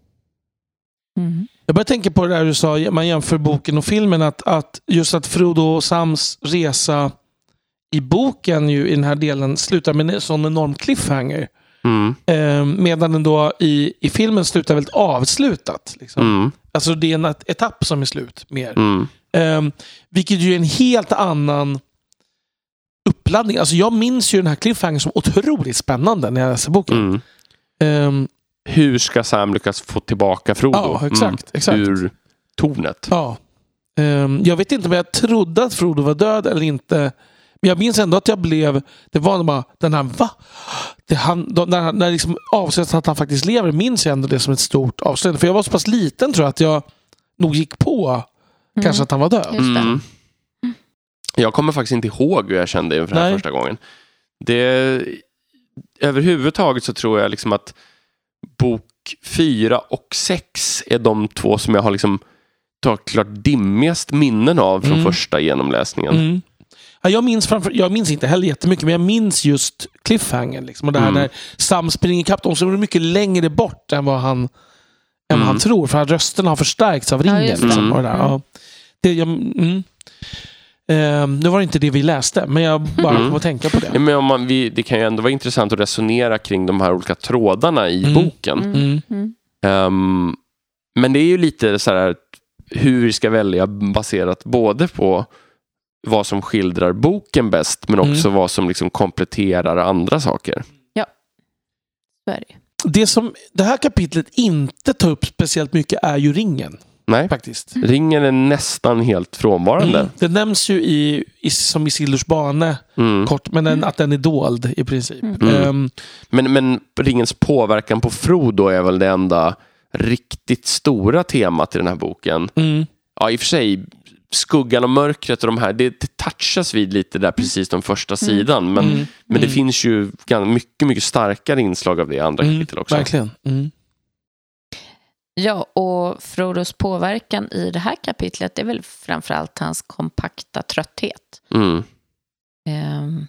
Mm. Jag börjar tänka på det där du sa, man jämför boken och filmen, att, att just att Frodo och Sams resa i boken ju i den här delen slutar med en sån enorm cliffhanger. Mm. Eh, medan den då i, i filmen slutar väldigt avslutat. Liksom. Mm. Alltså det är en et- etapp som är slut mer. Mm. Eh, vilket ju är en helt annan uppladdning. Alltså jag minns ju den här cliffhanger som otroligt spännande när jag läser boken. Mm. Eh, Hur ska Sam lyckas få tillbaka Frodo? Ja, exakt, exakt. Ur tornet. Ja. Um, jag vet inte om jag trodde att Frodo var död eller inte. Men jag minns ändå att jag blev... Det var bara den här... Va? Det han, då, när när liksom avslöjas att han faktiskt lever, minns jag ändå det som ett stort avslöjande. För jag var så pass liten tror jag att jag nog gick på Mm. kanske att han var död. Just det. Mm. Jag kommer faktiskt inte ihåg hur jag kände inför det här Nej. första gången. Det, överhuvudtaget så tror jag liksom att bok fyra och sex är de två som jag har liksom tagit klart dimmigast minnen av från Mm. första genomläsningen. Mm. Ja, jag, minns framför, jag minns inte heller jättemycket, men jag minns just cliffhanger. Liksom, och det här Mm. när Sam springer ikapp dem som är mycket längre bort än vad han, än vad Mm. han tror. För att rösterna har förstärkts av ringen. just det. liksom, Mm. och det där. Ja. Det, jag, mm. Ehm, nu var det inte det vi läste, men jag bara Mm. kom att tänka på Ja, det. men om man, vi, det kan ju ändå vara intressant att resonera kring de här olika trådarna i Mm. boken. Mm. Mm. Ehm, men det är ju lite så här hur vi ska välja baserat både på vad som skildrar boken bäst, men också vad som liksom kompletterar andra saker. Så är det. Det som det här kapitlet inte tar upp speciellt mycket är ju ringen, Nej, faktiskt. ringen är nästan helt frånvarande. Mm. Det nämns ju i, i, som i Sildurs bane Mm. kort, men den, att den är dold i princip. Mm. Ehm, Men, men ringens påverkan på Frodo är väl det enda riktigt stora temat i den här boken. mm. Ja, i och för sig, skuggan och mörkret och de här, det, det touchas vid lite där precis de första sidan. Men, Mm. men det Mm. finns ju gan- mycket, mycket starkare inslag av det i andra Mm. kapitel också. Verkligen. Mm. Ja, och Frodos påverkan i det här kapitlet är väl framförallt hans kompakta trötthet. Mm. Ehm,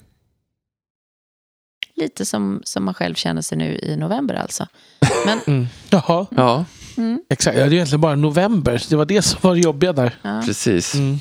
lite som, som man själv känner sig nu i november alltså. Men, Mm. Jaha, Ja, mm, exakt. Ja, det är egentligen bara november. Det var det som var det jobbiga där. ja. precis. Mm.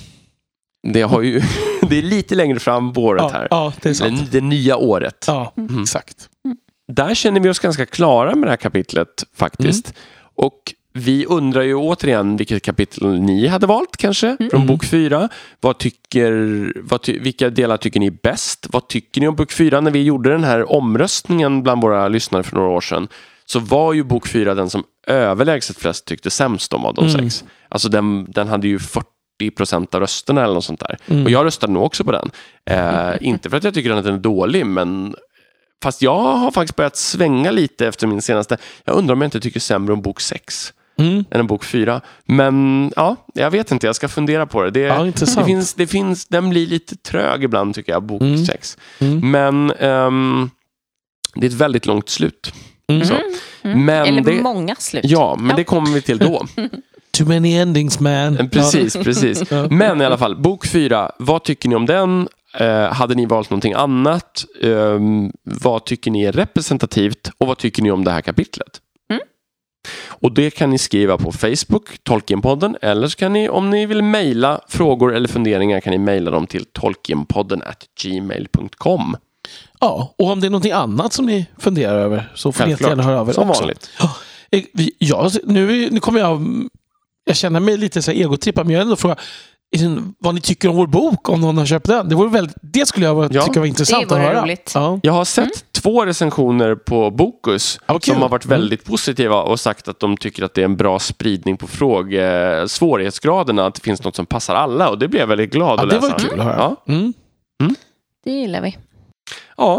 Det, har ju, det är lite längre fram på året Ja, här. ja, det är sant. Det, det nya året. Ja, Mm. exakt. Där känner vi oss ganska klara med det här kapitlet faktiskt. Mm. Och vi undrar ju återigen vilket kapitel ni hade valt kanske Mm. från bok fyra. Vad tycker, vad ty, vilka delar tycker ni är bäst? Vad tycker ni om bok fyra? När vi gjorde den här omröstningen bland våra lyssnare för några år sedan så var ju bok fyra den som överlägset flest tyckte sämst om av de Mm. sex. Alltså den, den hade ju fyrtio procent av rösterna eller något sånt där. Mm. Och jag röstade nog också på den. Eh, inte för att jag tycker att den är dålig, men fast jag har faktiskt börjat svänga lite efter min senaste. Jag undrar om jag inte tycker sämre om bok sex Mm. än en bok fyra. Men ja, jag vet inte. Jag ska fundera på det. Det, Ja, det, intressant. finns, det finns, den blir lite trög ibland tycker jag, bok Mm. sex. Mm. Men ehm, det är ett väldigt långt slut. Mm. Så. Mm. Men Eller det, många slut. ja, men Ja. det kommer vi till då. Too many endings, man. Precis, precis. Ja. Men i alla fall, bok fyra, vad tycker ni om den? Eh, hade ni valt någonting annat? Eh, vad tycker ni är representativt? Och vad tycker ni om det här kapitlet? Mm. Och det kan ni skriva på Facebook, Tolkienpodden, eller så kan ni, om ni vill mejla frågor eller funderingar, kan ni mejla dem till tolkienpodden at gmail dot com. Ja, och om det är någonting annat som ni funderar över så får ni jättegärna höra av er som också. vanligt. Eh, vi- Ja, nu, nu kommer jag... Jag känner mig lite så här egotrippad, men jag vill ändå fråga vad ni tycker om vår bok, om någon har köpt den. Det, vore väldigt, det skulle jag vara, Ja. tycka var intressant Det att vore höra. roligt. Ja. Jag har sett två recensioner på Bokus Ja, vad kul. som har varit Mm. väldigt positiva och sagt att de tycker att det är en bra spridning på fråge, svårighetsgraderna, att det finns något som passar alla, och det blev jag väldigt glad Ja, att det läsa. var kul att höra. Ja. Mm. Det gillar vi. Ja,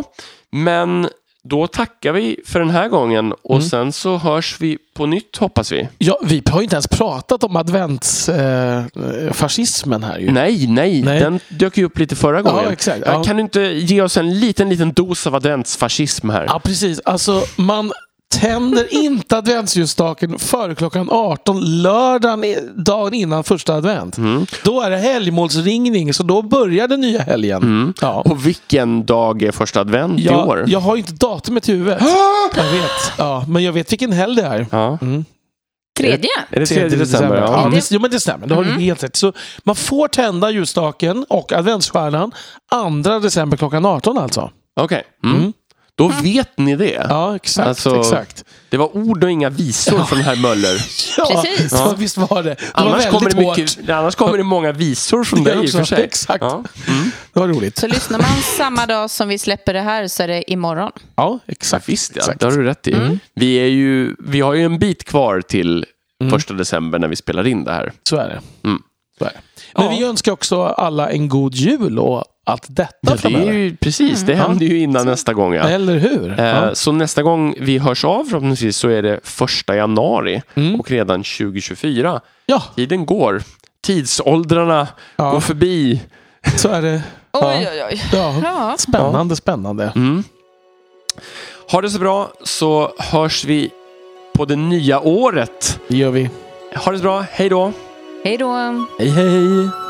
Men då tackar vi för den här gången och mm. sen så hörs vi på nytt, hoppas vi. Ja, vi har ju inte ens pratat om adventsfascismen eh, här ju. Nej, nej, nej. Den dök ju upp lite förra gången. Ja, exakt. Ja. Kan du inte ge oss en liten, liten dos av adventsfascism här? Ja, precis. Alltså, man tänder inte adventsljusstaken före klockan arton lördagen dagen innan första advent. Mm. Då är det helgmålsringning, så då börjar den nya helgen. Mm. Ja. Och vilken dag är första advent jag, i år? Jag har inte datumet i huvudet. jag vet. Ja, men jag vet vilken helg det är. Ja. Mm. Tredje? Är det tredje december? Ja, ja det, jo, men det stämmer. Det har mm. du helt rätt. Så man får tända ljusstaken och adventsstjärnan andra december klockan arton alltså. Okej. Okay. Mm. Mm. Då vet ni det. Ja, exakt. Alltså, exakt. Det var ord och inga visor ja. från herr Möller. Ja, precis. Ja, visst var det. Det annars, var kommer det mycket, annars kommer det många visor från dig i och för sig. Exakt. Ja. Mm. Det var roligt. Så lyssnar man samma dag som vi släpper det här så är det imorgon. Ja, exakt. Ja, visst, ja. Exakt. Det har du rätt i. Mm. Vi, är ju, vi har ju en bit kvar till mm. första december när vi spelar in det här. Så är det. Mm. Så är det. Men ja. vi önskar också alla en god jul och allt detta ja, det är ju, precis, det mm. händer ju innan så, nästa gång. Ja. Eller hur? Eh, ja. Så nästa gång vi hörs av förhoppningsvis så är det första januari mm. och redan tjugo tjugofyra. Ja. Tiden går. Tidsåldrarna ja. går förbi. Så är det. Ja. Oj, oj, oj. Ja. Ja. Spännande, spännande. Mm. Ha det så bra så hörs vi på det nya året. Det gör vi. Ha det så bra. Hej då. Hej då. Hej, hej.